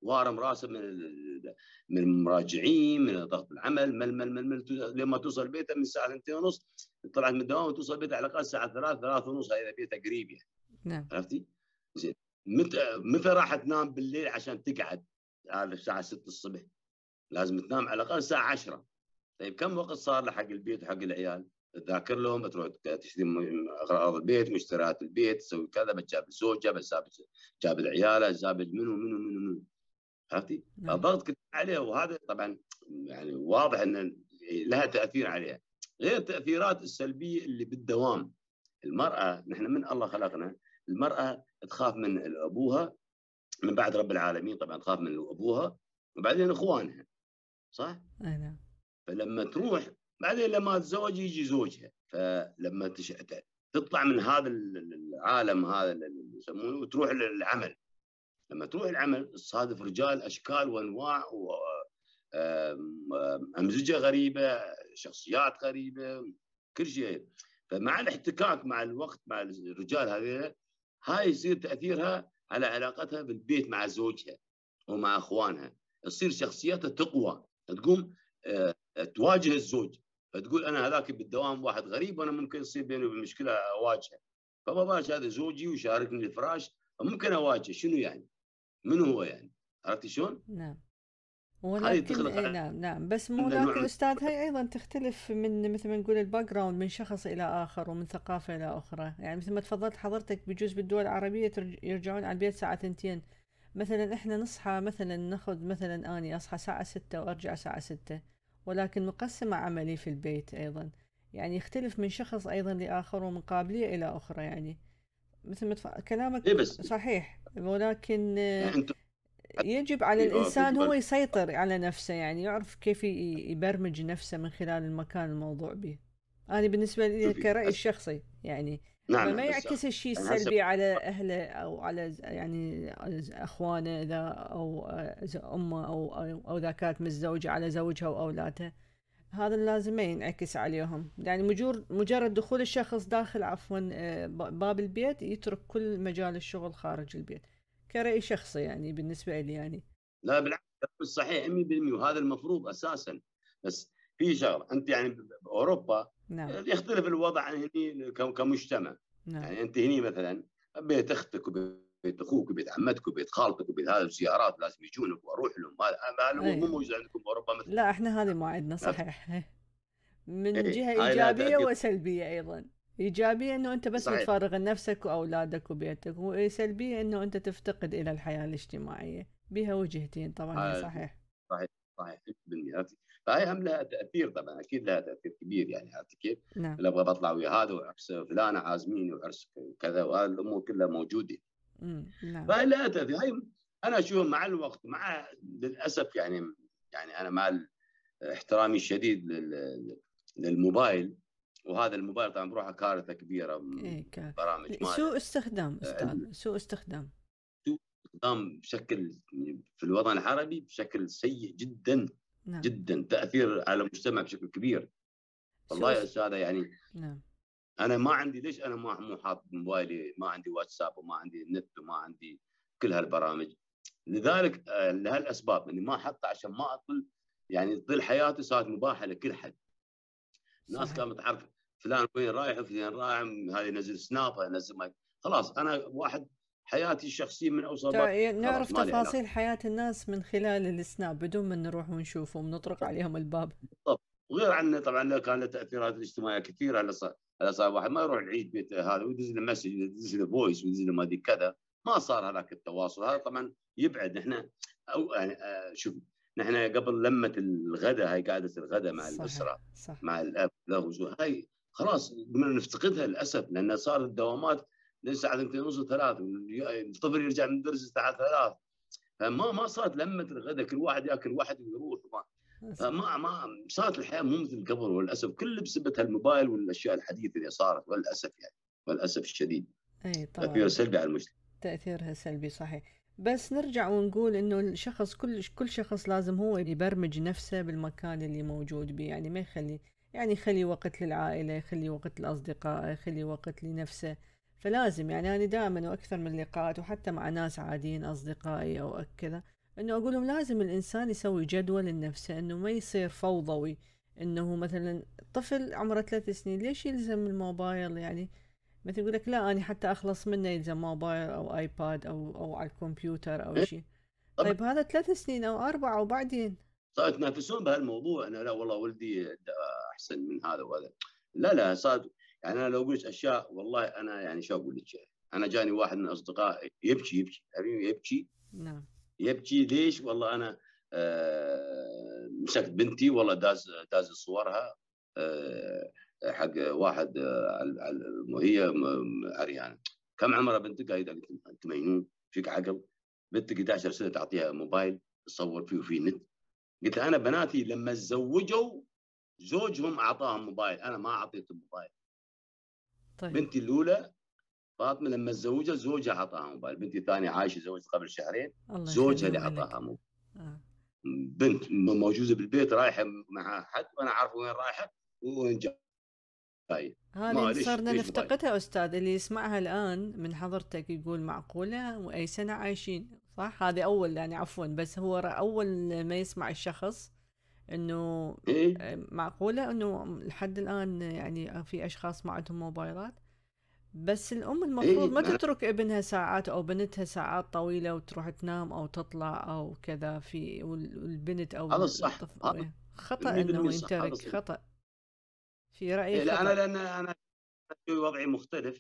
[SPEAKER 2] وارم راسه من المراجعين، من ضغط العمل، لما توصل بيته من الساعه 2:30 طلعت من الدوام وتوصل بيته على الاقل الساعه 3:30 هذا بيته قريب يعني.
[SPEAKER 1] نعم.
[SPEAKER 2] عرفتي؟ زين. متى راح تنام بالليل عشان تقعد؟ هذا الساعه 6 الصبح، لازم تنام على الاقل الساعه 10. طيب كم وقت صار له حق البيت وحق العيال؟ تذاكر لهم، تروح تشتري اغراض البيت، مشتريات البيت، تسوي كذا، بتجاب الزوجه، جاب العيال، جاب منو. عرفتي؟
[SPEAKER 1] نعم.
[SPEAKER 2] الضغط كله عليه، وهذا طبعا يعني واضح ان لها تاثير عليها، غير التاثيرات السلبيه اللي بالدوام. المراه، نحن من الله خلقنا المراه تخاف من ابوها، من بعد رب العالمين طبعا تخاف من ابوها، وبعدين اخوانها، صح؟
[SPEAKER 1] أي نعم.
[SPEAKER 2] فلما تروح بعدين لما تتزوج يجي زوجها، فلما تطلع من هذا العالم هذا اللي يسمونه وتروح للعمل. لما تروح العمل تصادف رجال اشكال وانواع وامزجه غريبه، شخصيات غريبه، كل شيء. فمع الاحتكاك مع الوقت مع الرجال هذول، هاي يصير تاثيرها على علاقتها بالبيت مع زوجها ومع اخوانها، تصير شخصيتها تقوى، تقوم تواجه الزوج، فتقول انا هذاك بالدوام واحد غريب وانا ممكن يصير بيني وبين مشكله اواجهه، فما بالك هذا زوجي وشاركني الفراش وممكن اواجهه، شنو يعني؟ منو هو يعني؟ عرفتي شلون؟
[SPEAKER 1] نعم.
[SPEAKER 2] هذه
[SPEAKER 1] ولكن
[SPEAKER 2] تخلق
[SPEAKER 1] نعم نعم، بس مو
[SPEAKER 2] عنده نوع
[SPEAKER 1] لكن
[SPEAKER 2] من
[SPEAKER 1] أستاذ هاي أيضا تختلف من مثل ما نقول الباك جراوند من شخص إلى آخر ومن ثقافة إلى أخرى. يعني مثل ما تفضلت حضرتك بجوز بالدول العربية يرجعون على البيت ساعة 2. مثلا إحنا نصحى مثلا ناخذ مثلا أني أصحى ساعة 6 وأرجع ساعة 6، ولكن مقسمة عملي في البيت أيضا. يعني يختلف من شخص أيضا لآخر ومن قابلية إلى أخرى. يعني مثل ما كلامك
[SPEAKER 2] ايه بس
[SPEAKER 1] صحيح، ولكن
[SPEAKER 2] يعني انتم
[SPEAKER 1] يجب على
[SPEAKER 2] في
[SPEAKER 1] الإنسان هو
[SPEAKER 2] دول
[SPEAKER 1] يسيطر على نفسه، يعني يعرف كيف يبرمج نفسه من خلال المكان الموضوع به. أنا بالنسبة لي
[SPEAKER 2] شوفي
[SPEAKER 1] كرأيي الشخصي يعني
[SPEAKER 2] نعم
[SPEAKER 1] ما
[SPEAKER 2] نعم بس
[SPEAKER 1] يعكس الشيء
[SPEAKER 2] يعني هسه
[SPEAKER 1] السلبي على أهله أو على يعني أخوانه إذا أو أمه أو إذا كانت متزوجة على زوجها وأولادها. هذا لازم ما ينعكس عليهم. يعني مجرد دخول الشخص داخل عفوا باب البيت يترك كل مجال الشغل خارج البيت. كرأي شخصي يعني بالنسبة لي يعني.
[SPEAKER 2] لا بالعكس، صحيح 100%، وهذا المفروض اساسا. بس في شغله، انت يعني باوروبا
[SPEAKER 1] نعم.
[SPEAKER 2] يختلف الوضع عن هنا كمجتمع.
[SPEAKER 1] نعم.
[SPEAKER 2] يعني انت هنا مثلا بيت اختك وبيت اخوك وبيت عمتك وبيت خالتك وبيت هذا الزيارات لازم يجونك واروح لهم، هذا مو
[SPEAKER 1] أي
[SPEAKER 2] موجود عندكم باوروبا مثلا.
[SPEAKER 1] لا احنا هذه ما عندنا
[SPEAKER 2] عرفت؟
[SPEAKER 1] صحيح. من
[SPEAKER 2] ايه
[SPEAKER 1] جهة
[SPEAKER 2] هاي لها
[SPEAKER 1] إيجابية
[SPEAKER 2] تاثير.
[SPEAKER 1] وسلبية أيضا. إيجابية إنه أنت بس
[SPEAKER 2] صحيح
[SPEAKER 1] بتفرغ لنفسك وأولادك وبيتك، وسلبية إنه أنت تفتقد إلى الحياة الاجتماعية. بها وجهتين طبعا، هي
[SPEAKER 2] هاي
[SPEAKER 1] صحيح.
[SPEAKER 2] صحيح صحيح 100%. عرفتي؟ فهي هم لها تاثير طبعا، اكيد لها تاثير كبير يعني. عرفتي كيف؟
[SPEAKER 1] نعم.
[SPEAKER 2] اللي ابغى بطلع ويا هذا وعرس فلانه عازمين وعرس كذا، وهذه الامور كلها موجوده.
[SPEAKER 1] نعم.
[SPEAKER 2] فهي لها تاثير. هاي انا اشوف مع الوقت، مع للاسف يعني انا مع احترامي الشديد للموبايل، وهذا الموبايل طبعا بروحه كارثه كبيره من
[SPEAKER 1] إيه
[SPEAKER 2] برامج
[SPEAKER 1] سوء
[SPEAKER 2] ماله.
[SPEAKER 1] استخدام أستاذ، سوء استخدام.
[SPEAKER 2] استخدام بشكل في الوطن العربي بشكل سيء جدا
[SPEAKER 1] نعم.
[SPEAKER 2] جدا، تاثير على المجتمع بشكل كبير. والله
[SPEAKER 1] سوء
[SPEAKER 2] يا استاذ يعني
[SPEAKER 1] نعم.
[SPEAKER 2] انا ما عندي، ليش انا مو حاط موبايلي، ما عندي واتساب وما عندي نت وما عندي كل هالبرامج؟ لذلك لهالاسباب اني ما حطه عشان ما اطل، يعني تظل حياتي صارت مباحه لكل حد. الناس
[SPEAKER 1] صحيح.
[SPEAKER 2] كانت تعرف فلان وين رايح وفلان رايح، هذا ينزل سناب، هذا ينزل مايك، خلاص انا واحد حياتي الشخصيه من اوصل باب
[SPEAKER 1] نعرف
[SPEAKER 2] خلاص ما لي علاقه.
[SPEAKER 1] تفاصيل حياة الناس من خلال السناب بدون ما نروح ونشوفهم ونطرق عليهم الباب.
[SPEAKER 2] بالضبط. وغير عنه طبعا كان له تاثيرات اجتماعيه كثيره. هلا صار واحد ما يروح العيد بيت هذا ويدز له مسج، يدز له فويس، ويدز له ما ادري كذا، ما صار هذاك التواصل. هذا طبعا يبعد. نحن او يعني شوف، نحن قبل لمه الغداء، هاي قاعده الغداء مع
[SPEAKER 1] صحيح.
[SPEAKER 2] الاسره
[SPEAKER 1] صح.
[SPEAKER 2] مع الاب له، هاي خلاص بدنا نفتقدها للاسف، لان صار الدوامات للساعه 2:30 3، الطفل يرجع من المدرسه الساعه 3، فما صارت لمه الغداء، كل واحد ياكل واحد ويروح. ما صارت الحياه مو مثل قبل، وللاسف كله بسبب الموبايل والاشياء الحديثه اللي صارت، وللاسف يعني، وللاسف الشديد
[SPEAKER 1] اي
[SPEAKER 2] تاثير
[SPEAKER 1] طبعا
[SPEAKER 2] سلبي على المجتمع.
[SPEAKER 1] تأثيرها سلبي صحيح. بس نرجع ونقول انه الشخص كل شخص لازم هو يبرمج نفسه بالمكان اللي موجود به. يعني ما يخلي، يعني يخلي وقت للعائلة، يخلي وقت للأصدقاء، يخلي وقت لنفسه. فلازم يعني أنا دائما وأكثر من لقاءات وحتى مع ناس عاديين أصدقائي أو كذا انه اقول لهم لازم الانسان يسوي جدول لنفسه، انه ما يصير فوضوي. انه مثلا طفل عمره 3 سنين ليش يلزم الموبايل يعني؟ مثل يقول لك لا انا حتى اخلص منه يلزم موبايل او ايباد او على الكمبيوتر او
[SPEAKER 2] إيه،
[SPEAKER 1] شيء.
[SPEAKER 2] طبعا
[SPEAKER 1] طيب هذا 3 سنين او 4 وبعدين.
[SPEAKER 2] صاروا يتنافسون بهالموضوع، انا لا والله ولدي احسن من هذا وهذا. لا لا صار، يعني انا لو قلت اشياء والله انا يعني شو اقول لك. انا جاني واحد من اصدقائي يبكي يبكي
[SPEAKER 1] نعم.
[SPEAKER 2] يبكي ليش؟ والله انا مسكت بنتي والله داز صورها حق واحد وهي عريانه. كم عمرها بنتك؟ قاعد انت مجنون فيك عقل؟ بنتك 11 سنه تعطيها موبايل تصور فيه وفيه نت؟ قلت انا بناتي لما تزوجوا زوجهم اعطاهم موبايل، انا ما اعطيتهم موبايل.
[SPEAKER 1] طيب.
[SPEAKER 2] بنتي الاولى فاطمه لما تزوجت زوجها اعطاها موبايل، بنتي الثانيه عايشه زوجت قبل شهرين
[SPEAKER 1] الله
[SPEAKER 2] زوجها اللي
[SPEAKER 1] يخليهم
[SPEAKER 2] اعطاها
[SPEAKER 1] لك.
[SPEAKER 2] موبايل.
[SPEAKER 1] آه.
[SPEAKER 2] بنت موجوده بالبيت رايحه مع حد وانا عارف وين رايحه وين جايه.
[SPEAKER 1] هذه
[SPEAKER 2] ما
[SPEAKER 1] اللي
[SPEAKER 2] ليش
[SPEAKER 1] صرنا
[SPEAKER 2] ليش موبايل؟
[SPEAKER 1] نفتقدها أستاذ، اللي يسمعها الآن من حضرتك يقول معقولة وأي سنة عايشين؟ صح، هذه أول يعني عفوا، بس هو أول ما يسمع الشخص إنه
[SPEAKER 2] ايه
[SPEAKER 1] معقولة إنه لحد الآن يعني في أشخاص ما عندهم موبايلات. بس الأم المفروض
[SPEAKER 2] ايه
[SPEAKER 1] ما تترك ابنها ساعات أو بنتها ساعات طويلة وتروح تنام أو تطلع أو كذا، في والبنت أو
[SPEAKER 2] هذا الصح، هذا
[SPEAKER 1] الطفل خطأ
[SPEAKER 2] 100%
[SPEAKER 1] إنه
[SPEAKER 2] صح، هذا
[SPEAKER 1] ينترك،
[SPEAKER 2] صحيح.
[SPEAKER 1] خطأ في رأيي،
[SPEAKER 2] إيه لا انا
[SPEAKER 1] خطأ.
[SPEAKER 2] لان انا في وضعي مختلف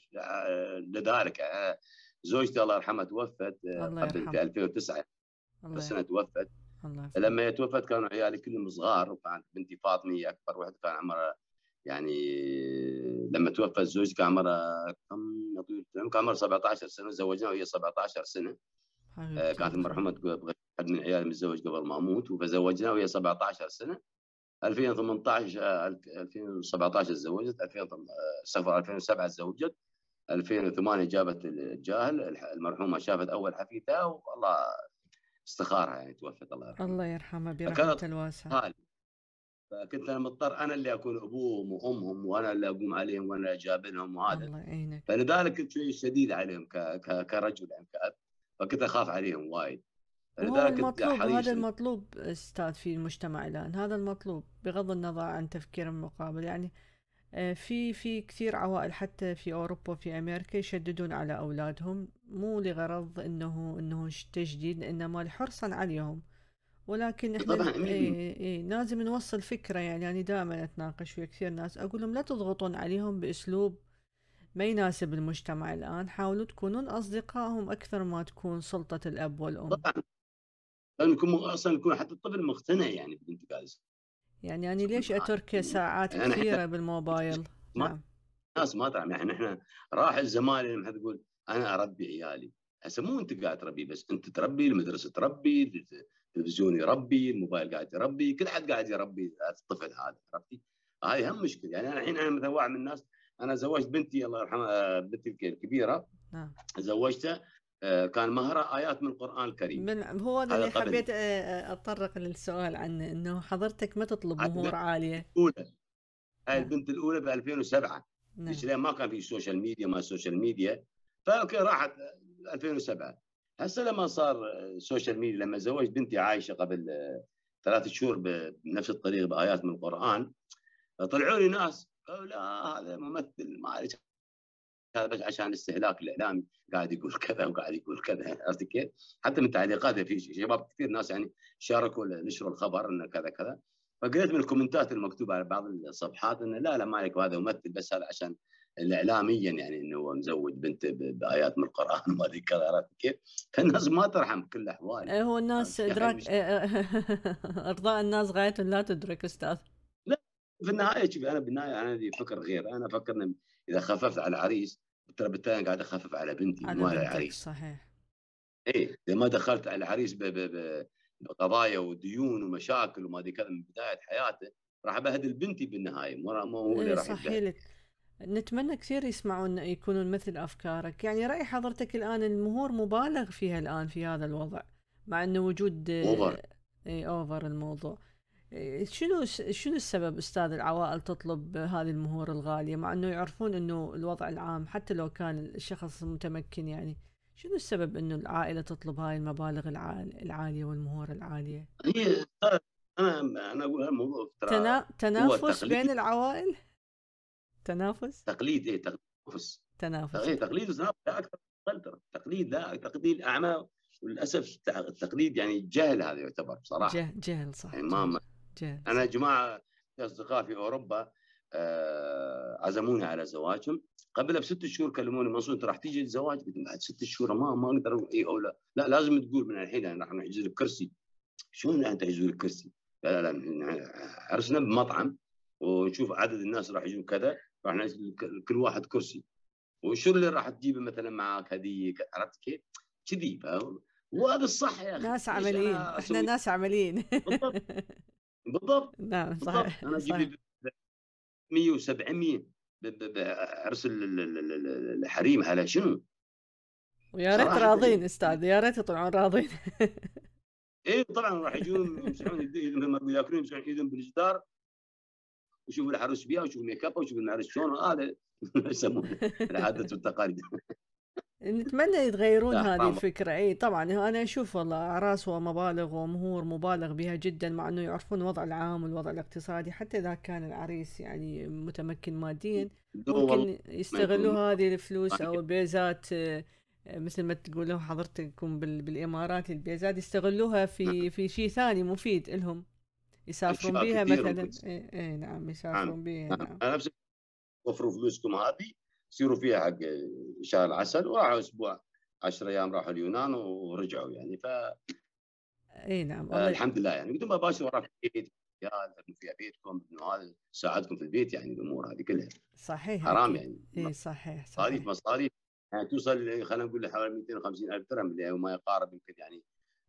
[SPEAKER 2] لذلك. زوجتي الله يرحمها توفت
[SPEAKER 1] الله
[SPEAKER 2] قبل
[SPEAKER 1] يرحمه.
[SPEAKER 2] في 2009
[SPEAKER 1] الله
[SPEAKER 2] سنه توفت.
[SPEAKER 1] الله يرحمه.
[SPEAKER 2] لما هي توفت كانوا عيالي كلهم صغار، وكانت بنتي فاطمه هي اكبر واحده، كان عمرها يعني لما توفت زوجتي كان عمرها كم يا طويل العمر؟ كان عمرها 17 سنه، زوجناها وهي 17 سنه.
[SPEAKER 1] حبيبتي
[SPEAKER 2] كانت
[SPEAKER 1] الله
[SPEAKER 2] المرحومه
[SPEAKER 1] يخليك.
[SPEAKER 2] تبغى حد من عيالي متزوج قبل ما اموت، فزوجناها وهي 17 سنه. 2018 2017 تزوجت، 2000 صفر 2007 تزوجت، 2008 جابت الجاهل. المرحومه شافت اول حفيدها والله استخارها يعني توفت الله يرحمها.
[SPEAKER 1] الله يرحمه
[SPEAKER 2] فكانت
[SPEAKER 1] برحمته الواسعة.
[SPEAKER 2] حالي، فكنت انا مضطر انا اللي اكون ابوهم وامهم، وانا اللي اقوم عليهم وانا اللي اجابلهم وهذا.
[SPEAKER 1] الله يعينك.
[SPEAKER 2] فلذلك كنت شوي شديد عليهم كرجل يعني كأب. فكنت اخاف عليهم وايد،
[SPEAKER 1] وهو
[SPEAKER 2] فلذلك كنت
[SPEAKER 1] المطلوب، وهذا
[SPEAKER 2] حريص
[SPEAKER 1] المطلوب أستاذ في المجتمع الآن، هذا المطلوب بغض النظر عن تفكير المقابل يعني. في كثير عوائل حتى في أوروبا وفي أمريكا يشددون على أولادهم، مو لغرض إنه تجديد، إنما لحرصا عليهم. ولكن احنا
[SPEAKER 2] طبعا 100%.
[SPEAKER 1] لازم نوصل فكرة. يعني أنا دائما أتناقش ويا كثير ناس أقول لهم لا تضغطون عليهم بأسلوب ما يناسب المجتمع الآن، حاولوا تكونون أصدقائهم أكثر ما تكون سلطة الأب والأم.
[SPEAKER 2] طبعا لازم يكون اصلا يكون حتى الطفل مقتنع يعني باللي انت قاعد
[SPEAKER 1] يعني أنا
[SPEAKER 2] تسويه
[SPEAKER 1] ليش
[SPEAKER 2] معاه.
[SPEAKER 1] أترك ساعات
[SPEAKER 2] يعني احنا
[SPEAKER 1] كثيرة بالموبايل؟ نعم.
[SPEAKER 2] ناس ما تعرف يعني احنا راح الزمان اللي مثلا تقول انا اربي عيالي. هسه مو انت قاعد تربي بس، انت تربي، المدرسه تربي، التلفزيون يربي، الموبايل قاعد يربي، كل حد قاعد يربي الطفل هذا، عرفتي؟ هاي هم مشكله. يعني انا الحين انا مثلا واحد من الناس، انا زوجت بنتي الله يرحمها، بنتي الكبيره
[SPEAKER 1] نعم.
[SPEAKER 2] زوجتها كان مهرها ايات من القران الكريم.
[SPEAKER 1] هو هذا
[SPEAKER 2] هذا
[SPEAKER 1] اللي
[SPEAKER 2] قبل
[SPEAKER 1] حبيت أتطرق للسؤال عنه، إنه حضرتك ما تطلب
[SPEAKER 2] هاي
[SPEAKER 1] مهور
[SPEAKER 2] البنت
[SPEAKER 1] عالية.
[SPEAKER 2] الاولى، هاي
[SPEAKER 1] نعم.
[SPEAKER 2] البنت الاولى ب 2007.
[SPEAKER 1] نعم.
[SPEAKER 2] ليش؟ لان ما كان في سوشيال ميديا، ما سوشيال ميديا، فاوكي راحت 2007. هسه لما صار سوشيال ميديا، لما زوجت بنتي عايشه قبل 3 شهور بنفس الطريقه بايات من القران، طلعوا لي ناس قالوا لا هذا ممثل ما ادري، هذا بس عشان الاستهلاك الاعلامي قاعد يقول كذا وقاعد يقول كذا، عرفت كيف؟ حتى من تعليقاته في شباب كثير ناس يعني شاركوا نشروا الخبر انه كذا كذا. فقريت من الكومنتات المكتوبه على بعض الصفحات انه لا لا ما عليك، وهذا ممثل بس هذا عشان اعلاميا يعني انه هو مزوج بنته بايات من القران وما ادري كذا، عرفت كيف؟ فالناس ما ترحم بكل الاحوال.
[SPEAKER 1] هو الناس
[SPEAKER 2] عرفت كيف؟ هاي
[SPEAKER 1] إدراك
[SPEAKER 2] المشكله.
[SPEAKER 1] إرضاء الناس غاية لا تدرك أستاذ.
[SPEAKER 2] لا في النهايه شوف، انا بالنهايه انا عندي فكر غير. انا افكر إن اذا خففت على العريس ترى بالتالي أنا قاعد اخفف على بنتي
[SPEAKER 1] على
[SPEAKER 2] مو على
[SPEAKER 1] بنتك
[SPEAKER 2] العريس.
[SPEAKER 1] صحيح.
[SPEAKER 2] ايه اذا ما دخلت على العريس بقضايا وديون ومشاكل وما ادري كذا من بدايه حياته، راح ابهدل بنتي بالنهايه، مو هو اللي
[SPEAKER 1] إيه
[SPEAKER 2] راح
[SPEAKER 1] صحيح
[SPEAKER 2] يتبهدل.
[SPEAKER 1] لك. نتمنى كثير يسمعون يكونون مثل أفكارك. يعني رأي حضرتك الآن المهور مبالغ فيها الآن في هذا الوضع، مع أنه وجود
[SPEAKER 2] اوفر.
[SPEAKER 1] أوفر الموضوع. شنو السبب أستاذ العوائل تطلب هذه المهور الغالية، مع أنه يعرفون أنه الوضع العام حتى لو كان الشخص متمكن يعني؟ شنو السبب إنه العائلة تطلب هاي المبالغ العالية والمهور العالية؟
[SPEAKER 2] هي ترى أنا أقول هالموضوع ترى هو
[SPEAKER 1] تنافس بين
[SPEAKER 2] تقليد.
[SPEAKER 1] العوائل؟ تنافس؟
[SPEAKER 2] تقليد إيه تنافس.
[SPEAKER 1] تنافس.
[SPEAKER 2] إيه تقليد وتنافس لا أكثر من غير ترى. تقليد لا تقليد أعمى. وللأسف التقليد يعني جهل هذا يعتبر بصراحة.
[SPEAKER 1] جهل صح،
[SPEAKER 2] يعني
[SPEAKER 1] جهل.
[SPEAKER 2] ما
[SPEAKER 1] جهل
[SPEAKER 2] أنا يا
[SPEAKER 1] صح.
[SPEAKER 2] جماعة في أصدقاء في أوروبا عزموني على زواجهم. قبلها ب6 شهور كلموني منصور أنت راح تيجي الزواج؟ قلت بعد 6 شهور ما أقدر إي أو لا. لا لازم تقول من الحين يعني راح نحجز لك كرسي. شلون أنت تحجز لك كرسي؟ لا لا لا عرسنا بمطعم ونشوف عدد الناس راح يجون كذا راح نحجز كل واحد كرسي. وشو اللي راح تجيبه مثلا معك هديه عرفت كيف؟ كذي وهذا الصح يا اخي
[SPEAKER 1] ناس
[SPEAKER 2] ليش
[SPEAKER 1] عمليين،
[SPEAKER 2] انا
[SPEAKER 1] احنا
[SPEAKER 2] اسوي؟
[SPEAKER 1] ناس عمليين.
[SPEAKER 2] بالضبط بالضبط
[SPEAKER 1] نعم
[SPEAKER 2] بالضبط.
[SPEAKER 1] صحيح
[SPEAKER 2] انا اجيب
[SPEAKER 1] صحيح.
[SPEAKER 2] لي 100 و700 عرس الحريم على شنو؟
[SPEAKER 1] ويا ريت
[SPEAKER 2] صراحه
[SPEAKER 1] راضين
[SPEAKER 2] يعني.
[SPEAKER 1] استاذ، يا ريت يطلعون راضين.
[SPEAKER 2] ايه طبعا راح يجون يمسحون ايدهم لما ياكلون يمسحون ايدهم بالجدار وشوفوا العروس بيها وشوفوا الميك اب وشوفوا العروس شلون هذا يسمونه العادات والتقاليد.
[SPEAKER 1] نتمنى يتغيرون
[SPEAKER 2] لا
[SPEAKER 1] هذه
[SPEAKER 2] حرام.
[SPEAKER 1] الفكرة. اي طبعا انا اشوف والله اعراس ومبالغ ومهور مبالغ بها جدا، مع انه يعرفون الوضع العام والوضع الاقتصادي، حتى اذا كان العريس يعني متمكن ماديا
[SPEAKER 2] والله
[SPEAKER 1] ممكن
[SPEAKER 2] ما يكون
[SPEAKER 1] يستغلوا هذه الفلوس او البيزات. مثل ما تقولوا حضرتكم بالامارات، البيزات يستغلوها في شيء ثاني مفيد لهم، يسافرون
[SPEAKER 2] اشياء
[SPEAKER 1] بيها
[SPEAKER 2] كثير
[SPEAKER 1] مثلا.
[SPEAKER 2] ممكن تصير.
[SPEAKER 1] اي نعم،
[SPEAKER 2] نعم
[SPEAKER 1] يسافرون بيها.
[SPEAKER 2] نعم
[SPEAKER 1] نعم.
[SPEAKER 2] انا نفسي وفروا فلوسكم هذه سيروا فيها حق شهر العسل وراحوا اسبوع 10 ايام راحوا اليونان ورجعوا يعني
[SPEAKER 1] اي نعم والله.
[SPEAKER 2] فالحمد لله يعني بدون ما باشر ورا في البيت ريال فيها بيتكم انه هذا ساعدكم في البيت يعني الامور هذه كلها
[SPEAKER 1] صحيح
[SPEAKER 2] حرام
[SPEAKER 1] اكيد.
[SPEAKER 2] يعني.
[SPEAKER 1] اي صحيح
[SPEAKER 2] مصاريف
[SPEAKER 1] صحيح.
[SPEAKER 2] مصاريف يعني توصل خلينا نقول حوالي 250 الف درهم اللي هو ما يقارب يمكن يعني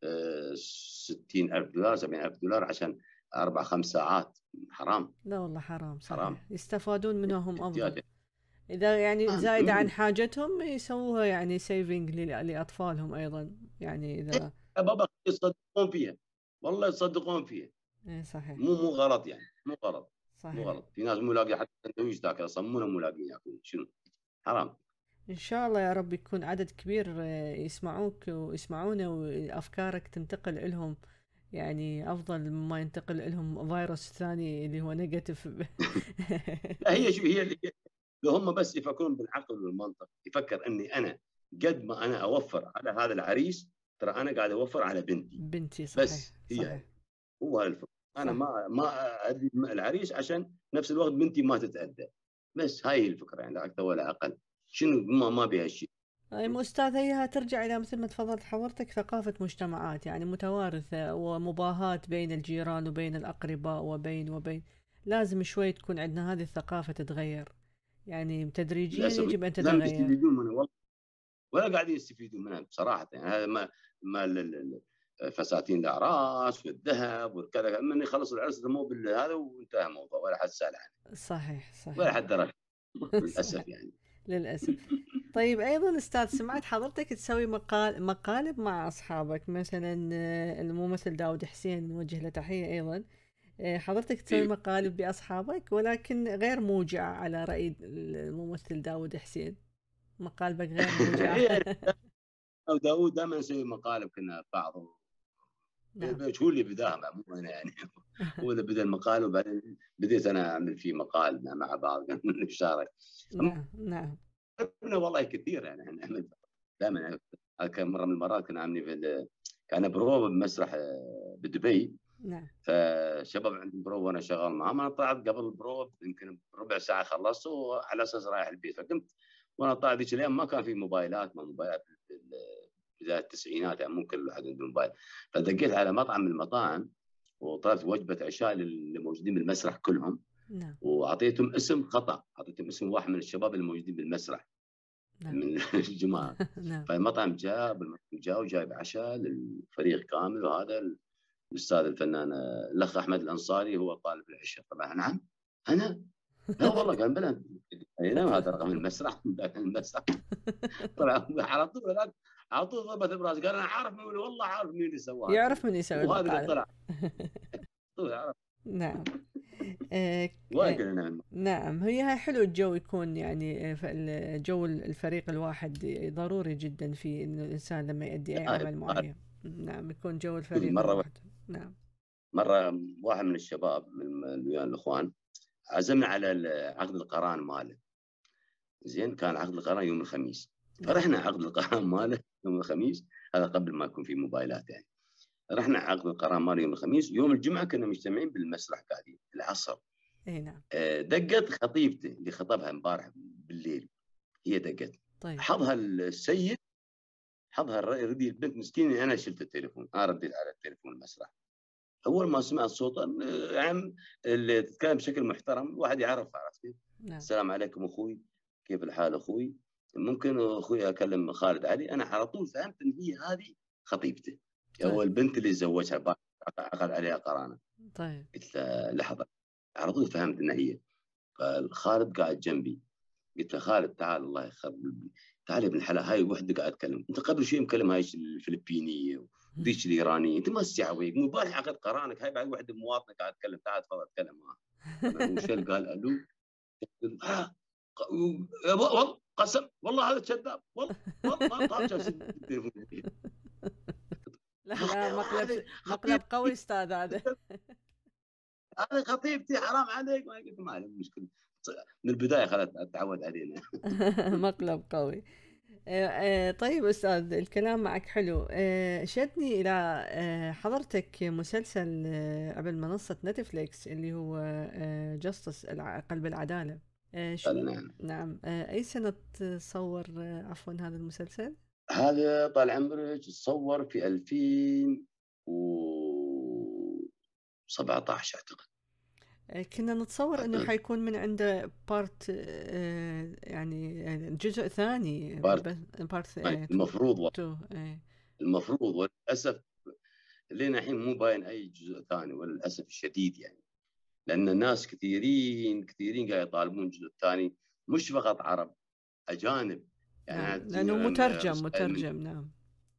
[SPEAKER 2] 60 الف دولار 70 الف دولار عشان 4 5 ساعات. حرام
[SPEAKER 1] لا والله حرام
[SPEAKER 2] حرام.
[SPEAKER 1] صحيح، يستفادون منهم أفضل.
[SPEAKER 2] احتياج.
[SPEAKER 1] إذا يعني زايدة عن
[SPEAKER 2] مم.
[SPEAKER 1] حاجتهم يسووها يعني سيفنج لأطفالهم أيضا، يعني إذا.
[SPEAKER 2] يا بابا يصدقون فيها والله يصدقون فيها.
[SPEAKER 1] إيه صحيح.
[SPEAKER 2] مو غلط يعني مو غلط. مو
[SPEAKER 1] صحيح.
[SPEAKER 2] غلط في ناس مو لاقي حتى سندويش تاكل يصمونه مو لاقيين ياكلون شنو. حرام.
[SPEAKER 1] إن شاء الله يا رب يكون عدد كبير يسمعوك ويسمعونا وأفكارك تنتقل لهم، يعني أفضل مما ينتقل لهم فيروس ثاني اللي هو نيجاتيف.
[SPEAKER 2] لا هي شو هي اللي لو هم بس يفكرون بالعقل والمنطق يفكر اني انا قد ما انا اوفر على هذا العريس ترى انا قاعد اوفر على بنتي.
[SPEAKER 1] بنتي صحيح
[SPEAKER 2] بس
[SPEAKER 1] صحيح.
[SPEAKER 2] هي هو الفكره. انا
[SPEAKER 1] صح.
[SPEAKER 2] ما ادي العريس عشان نفس الوقت بنتي ما تتاذى. بس هاي الفكره يعني لا اكثر ولا اقل. شنو ما بها شيء.
[SPEAKER 1] طيب أستاذ، هي ترجع إلى مثل ما تفضلت حضرتك، ثقافة مجتمعات يعني متوارثة، ومباهاة بين الجيران وبين الأقرباء وبين لازم شوي تكون عندنا هذه الثقافة تتغير، يعني تدريجيا
[SPEAKER 2] للاسف
[SPEAKER 1] يجب أن
[SPEAKER 2] لم
[SPEAKER 1] تتغير.
[SPEAKER 2] يستفيدون منه والله ولا قاعدين يستفيدون منها بصراحه يعني. هذا ما فساتين الاعراس والذهب والكذا من يخلص العرس رموه بالهذا وانتهى الموضوع ولا حد سال عنه
[SPEAKER 1] صحيح
[SPEAKER 2] ولا
[SPEAKER 1] صحيح.
[SPEAKER 2] حد درى.
[SPEAKER 1] صحيح
[SPEAKER 2] للاسف يعني.
[SPEAKER 1] للأسف. طيب أيضا أستاذ، سمعت حضرتك تسوي مقالب مع أصحابك، مثلا الممثل داود حسين نوجه له تحية أيضا. حضرتك تسوي
[SPEAKER 2] إيه.
[SPEAKER 1] مقالب بأصحابك ولكن غير موجعة، على رأي الممثل داود حسين، مقالبك غير موجعة.
[SPEAKER 2] إيه، أو داوود دائما يسوي مقالب كنا بعض.
[SPEAKER 1] نعم.
[SPEAKER 2] هو اللي بداها مو انا يعني. هو اللي بدا المقال وبعدين بديت انا اعمل فيه مقال مع بعض نشارك.
[SPEAKER 1] نعم نعم
[SPEAKER 2] والله كثير يعني احنا نعمل دائما. كان مره من المرات كنا عاملين كان بروفا بمسرح بدبي.
[SPEAKER 1] نعم.
[SPEAKER 2] فشباب عندي بروفا وانا شغال معهم. انا طلعت قبل البروفا يمكن ربع ساعه خلصت وعلى اساس رايح البيت. فقمت وانا طالع ذيك الايام ما كان في موبايلات ما موبايلات بدايه التسعينات يعني مو كل واحد عنده موبايل. فدقيت على مطعم من المطاعم وطلبت وجبه عشاء اللي موجودين بالمسرح كلهم.
[SPEAKER 1] نعم
[SPEAKER 2] واعطيتهم اسم خطا اعطيتهم اسم واحد من الشباب الموجودين بالمسرح
[SPEAKER 1] نعم.
[SPEAKER 2] من الجماعه.
[SPEAKER 1] نعم.
[SPEAKER 2] فالمطعم جاء وجايب عشاء للفريق كامل. وهذا الاستاذ الفنان الاخ احمد الانصاري هو طالب العشاء. طبعا نعم انا لا والله قال بلى نعم هذا رقم المسرح المسرح. طلع على طول على طول ضربت براسي قال انا عارف مين والله عارف مين اللي سواها.
[SPEAKER 1] يعرف من يسوي
[SPEAKER 2] وهذا اللي
[SPEAKER 1] المقالب.
[SPEAKER 2] طلع طول عارف.
[SPEAKER 1] نعم. آه،
[SPEAKER 2] وايد كنا نعمل.
[SPEAKER 1] نعم، هي حلو الجو يكون يعني جو الفريق الواحد ضروري جدا في إنه الإنسان لما يؤدي أي
[SPEAKER 2] غايب
[SPEAKER 1] عمل
[SPEAKER 2] غايب.
[SPEAKER 1] معين. نعم، يكون جو
[SPEAKER 2] شوف،
[SPEAKER 1] الفريق الواحد. نعم.
[SPEAKER 2] مره واحد من الشباب ويا الاخوان عزمنا على عقد القران ماله. زين، كان عقد القران يوم الخميس،
[SPEAKER 1] نعم.
[SPEAKER 2] فرحنا عقد القران ماله يوم الخميس. هذا قبل ما يكون في موبايلات يعني. رحنا عقد القران ماله يوم الخميس. يوم الجمعه كنا مجتمعين بالمسرح قاعدين العصر.
[SPEAKER 1] اي نعم.
[SPEAKER 2] دقت خطيبته اللي خطبها امبارح بالليل، هي دقت.
[SPEAKER 1] طيب.
[SPEAKER 2] حظها السيد، حظها ردي البنت مسكينه، انا شلت التليفون، انا رديت على التليفون المسرح. اول ما سمعت صوته عم اللي تتكلم بشكل محترم، الواحد يعرف، عرفت كيف؟
[SPEAKER 1] نعم.
[SPEAKER 2] السلام عليكم اخوي، كيف الحال اخوي؟ ممكن اخوي اكلم خالد علي؟ انا على طول فهمت ان هي هذه خطيبته،
[SPEAKER 1] طيب.
[SPEAKER 2] او البنت اللي تزوجها عقد عليها قرانه.
[SPEAKER 1] طيب.
[SPEAKER 2] قلت له لحظه، على طول فهمت ان هي. فالخالد قاعد جنبي، قلت له خالد تعال الله يخرب، تعال يا ابن الحلال، هاي وحده قاعد اتكلم، انت قبل شوي مكلم هاي الفلبينيه وذيك الايرانيه، انت ما تستعوي، مو امبارح عقد قرانك، هاي بعد وحده مواطنه قاعد تتكلم، تعال تفضل اتكلم معها. وش قال الو؟ ها، والله قسم والله هذا كذاب، والله ما قام التليفون.
[SPEAKER 1] لا لا،
[SPEAKER 2] هذه
[SPEAKER 1] مقلب قوي
[SPEAKER 2] خطيبتي،
[SPEAKER 1] استاذ هذا.
[SPEAKER 2] هذه خطيبتي، حرام عليك. ما قلت ما عليه مشكله، من البدايه خلت اتعود علينا.
[SPEAKER 1] مقلب قوي. طيب أستاذ، الكلام معك حلو. شدني إلى حضرتك مسلسل على منصة نتفليكس اللي هو جاستس، قلب العدالة.
[SPEAKER 2] نعم.
[SPEAKER 1] نعم. أي سنة تصور عفوا هذا المسلسل؟
[SPEAKER 2] هذا طال عمرك تصور في 2017 اعتقد.
[SPEAKER 1] كنا نتصور انه
[SPEAKER 2] اعتقد
[SPEAKER 1] حيكون من عنده بارت، يعني جزء ثاني،
[SPEAKER 2] بارت
[SPEAKER 1] بارت
[SPEAKER 2] المفروض،
[SPEAKER 1] تو.
[SPEAKER 2] المفروض، وللاسف لنا الحين مو باين اي جزء ثاني، وللاسف الشديد يعني. لان الناس كثيرين كثيرين قاعد يطالبون الجزء الثاني، مش فقط عرب، اجانب
[SPEAKER 1] نعم،
[SPEAKER 2] يعني.
[SPEAKER 1] لانه مترجم. نعم.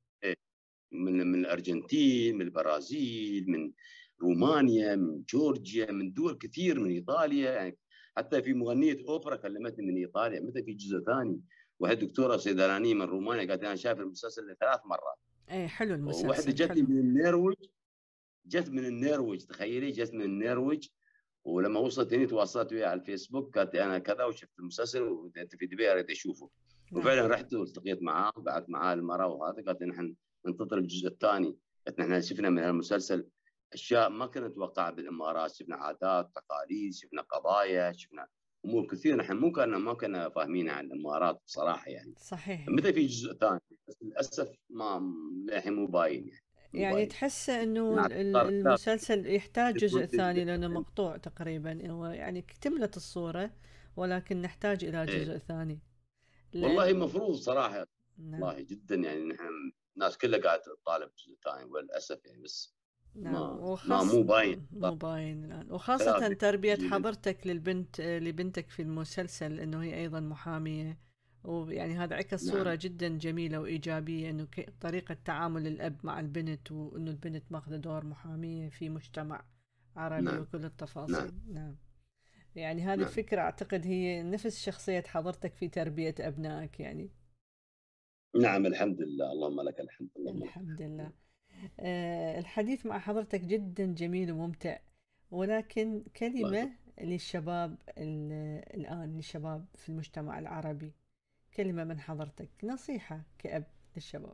[SPEAKER 2] من الارجنتين، من البرازيل، من رومانيا، من جورجيا، من دول كثير، من ايطاليا يعني. حتى في مغنيه اوبرا كلمتني من ايطاليا، متى في جزء ثاني. واحد دكتوره صيدلانيه من رومانيا قالت انا شايف المسلسل 3 مرات.
[SPEAKER 1] اي حلو
[SPEAKER 2] وواحده
[SPEAKER 1] المسلسل،
[SPEAKER 2] جتني
[SPEAKER 1] حلو.
[SPEAKER 2] من النرويج، جت من النرويج، تخيلي، جت من النرويج. ولما وصلت هنا تواصلت وياها على الفيسبوك، قالت لي انا كذا وشفت المسلسل وانت في دبي اريد اشوفه.
[SPEAKER 1] نعم.
[SPEAKER 2] وفعلا رحت والتقيت معاه وقعدت معاه المراه، وهذا قالت لي نحن ننتظر الجزء الثاني. قالت نحن شفنا من المسلسل اشياء ما كنا نتوقعها بالامارات، شفنا عادات، تقاليد، شفنا قضايا، شفنا امور كثيره نحن ما كنا فاهمينها عن الامارات بصراحه يعني.
[SPEAKER 1] صحيح.
[SPEAKER 2] متى في جزء ثاني؟ بس للاسف ما للحين مو باين يعني، مو
[SPEAKER 1] يعني
[SPEAKER 2] باين.
[SPEAKER 1] تحس انه
[SPEAKER 2] يعني اعتقاد
[SPEAKER 1] المسلسل يحتاج جزء ثاني لانه مقطوع تقريبا، هو يعني اكتملت الصورة، ولكن نحتاج الى
[SPEAKER 2] إيه.
[SPEAKER 1] جزء ثاني.
[SPEAKER 2] والله
[SPEAKER 1] لان
[SPEAKER 2] المفروض صراحه،
[SPEAKER 1] نعم.
[SPEAKER 2] والله جدا يعني نحن الناس كلها قاعده تطالب جزء ثاني وللاسف يعني. بس
[SPEAKER 1] نعم،
[SPEAKER 2] مو باين.
[SPEAKER 1] مو باين الآن، وخاصة
[SPEAKER 2] لازم
[SPEAKER 1] تربية
[SPEAKER 2] يجي
[SPEAKER 1] حضرتك لبنتك في المسلسل إنه هي أيضا محامية، ويعني هذا عكس صورة
[SPEAKER 2] نعم
[SPEAKER 1] جدا جميلة وإيجابية، إنه طريقة تعامل الأب مع البنت، وإنه البنت ماخذة دور محامية في مجتمع عربي،
[SPEAKER 2] نعم
[SPEAKER 1] وكل
[SPEAKER 2] نعم
[SPEAKER 1] التفاصيل. نعم. يعني هذه
[SPEAKER 2] نعم
[SPEAKER 1] الفكرة أعتقد هي نفس شخصية حضرتك في تربية أبنائك يعني.
[SPEAKER 2] نعم. الحمد لله، اللهم لك الحمد، اللهم لك
[SPEAKER 1] الحمد لله.
[SPEAKER 2] الحمد.
[SPEAKER 1] الحديث مع حضرتك جدا جميل وممتع، ولكن
[SPEAKER 2] الله يجزاك.
[SPEAKER 1] كلمة للشباب الآن، للشباب في المجتمع العربي، كلمة من حضرتك، نصيحة كأب للشباب.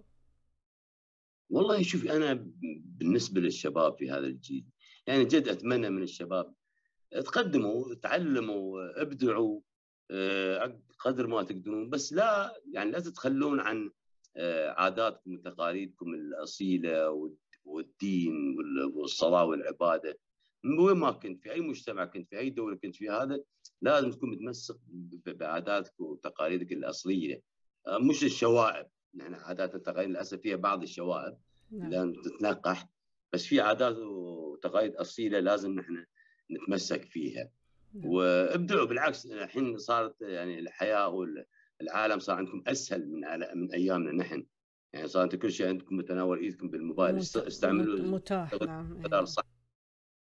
[SPEAKER 2] والله شوفي، انا بالنسبه للشباب في هذا الجيل يعني جد اتمنى من الشباب تقدموا، تعلموا، ابدعوا قدر ما تقدرون، بس لا يعني لا تتخلون عن عاداتكم وتقاليدكم الأصيلة والدين والصلاة والعبادة. من وين ما كنت، في أي مجتمع كنت، في أي دولة كنت في، هذا لازم تكون متمسك بعاداتك وتقاليدك الأصلية، مش الشوائب. يعني عادات والتقاليد للأسف فيها بعض الشوائب
[SPEAKER 1] نعم.
[SPEAKER 2] لازم تتنقح، بس في عادات وتقاليد أصيلة لازم نحن نتمسك فيها.
[SPEAKER 1] نعم.
[SPEAKER 2] وابدعوا، بالعكس الحين صارت يعني الحياه والعالم صار عندكم اسهل من ايامنا نحن. يعني صار انت كل شيء عندكم متناول ايدكم بالموبايل، استعملوا
[SPEAKER 1] متاح. نعم.
[SPEAKER 2] استغلال صح.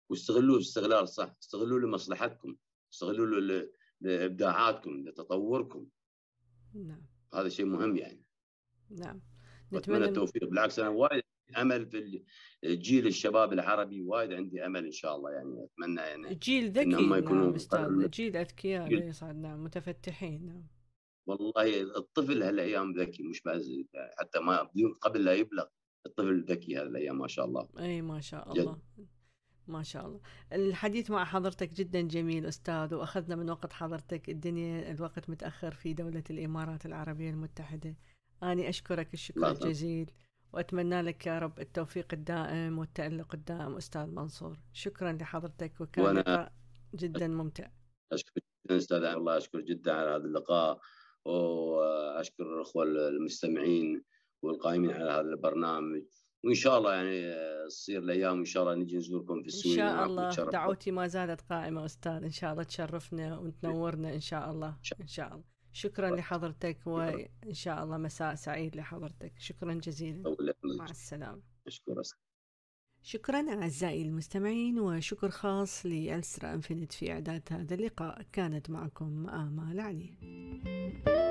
[SPEAKER 2] واستغلوه استغلال صح، استغلوه لمصلحتكم، استغلوه لابداعاتكم، لتطوركم.
[SPEAKER 1] نعم.
[SPEAKER 2] هذا شيء مهم يعني.
[SPEAKER 1] نعم.
[SPEAKER 2] واتمنى
[SPEAKER 1] نتمنى
[SPEAKER 2] التوفيق. بالعكس انا وايد امل في الجيل الشباب العربي، وايد عندي امل ان شاء الله يعني. اتمنى يعني
[SPEAKER 1] جيل
[SPEAKER 2] ان
[SPEAKER 1] ذكي،
[SPEAKER 2] هم
[SPEAKER 1] نعم
[SPEAKER 2] يكونوا
[SPEAKER 1] أستاذنا، جيل أذكياء لا يصعد، نعم متفتحين. نعم.
[SPEAKER 2] والله الطفل هالايام ذكي، مش بس حتى ما بدون قبل لا يبلغ. الطفل ذكي هالايام ما شاء الله.
[SPEAKER 1] أي ما شاء
[SPEAKER 2] جد.
[SPEAKER 1] الله. ما شاء الله. الحديث مع حضرتك جدا جميل أستاذ، وأخذنا من وقت حضرتك، الدنيا الوقت متأخر في دولة الإمارات العربية المتحدة. أنا أشكرك الشكر
[SPEAKER 2] الله يطول.
[SPEAKER 1] الجزيل، وأتمنى لك يا رب التوفيق الدائم والتألق الدائم أستاذ منصور. شكرا لحضرتك، وكان
[SPEAKER 2] وانا
[SPEAKER 1] لقاء جدا ممتع.
[SPEAKER 2] اشكر جدا استاذ الله، اشكر جدا على هذا اللقاء، واشكر الاخوه المستمعين والقائمين على هذا البرنامج. وان شاء الله يعني تصير الايام، ان شاء الله نجي نزوركم في
[SPEAKER 1] إن
[SPEAKER 2] السويدة
[SPEAKER 1] شاء
[SPEAKER 2] معكم،
[SPEAKER 1] الله،
[SPEAKER 2] نتشرف.
[SPEAKER 1] دعوتي ما زالت قائمة أستاذ، إن شاء الله تشرفنا وتنورنا إن شاء الله. إن شاء الله. شكرا لحضرتك، وإن شاء الله مساء سعيد لحضرتك. شكرا جزيلا. مع السلامة.
[SPEAKER 2] اشكر.
[SPEAKER 1] شكرا أعزائي المستمعين، وشكر خاص لألسرا أنفينيت في إعداد هذا اللقاء. كانت معكم آمال علي.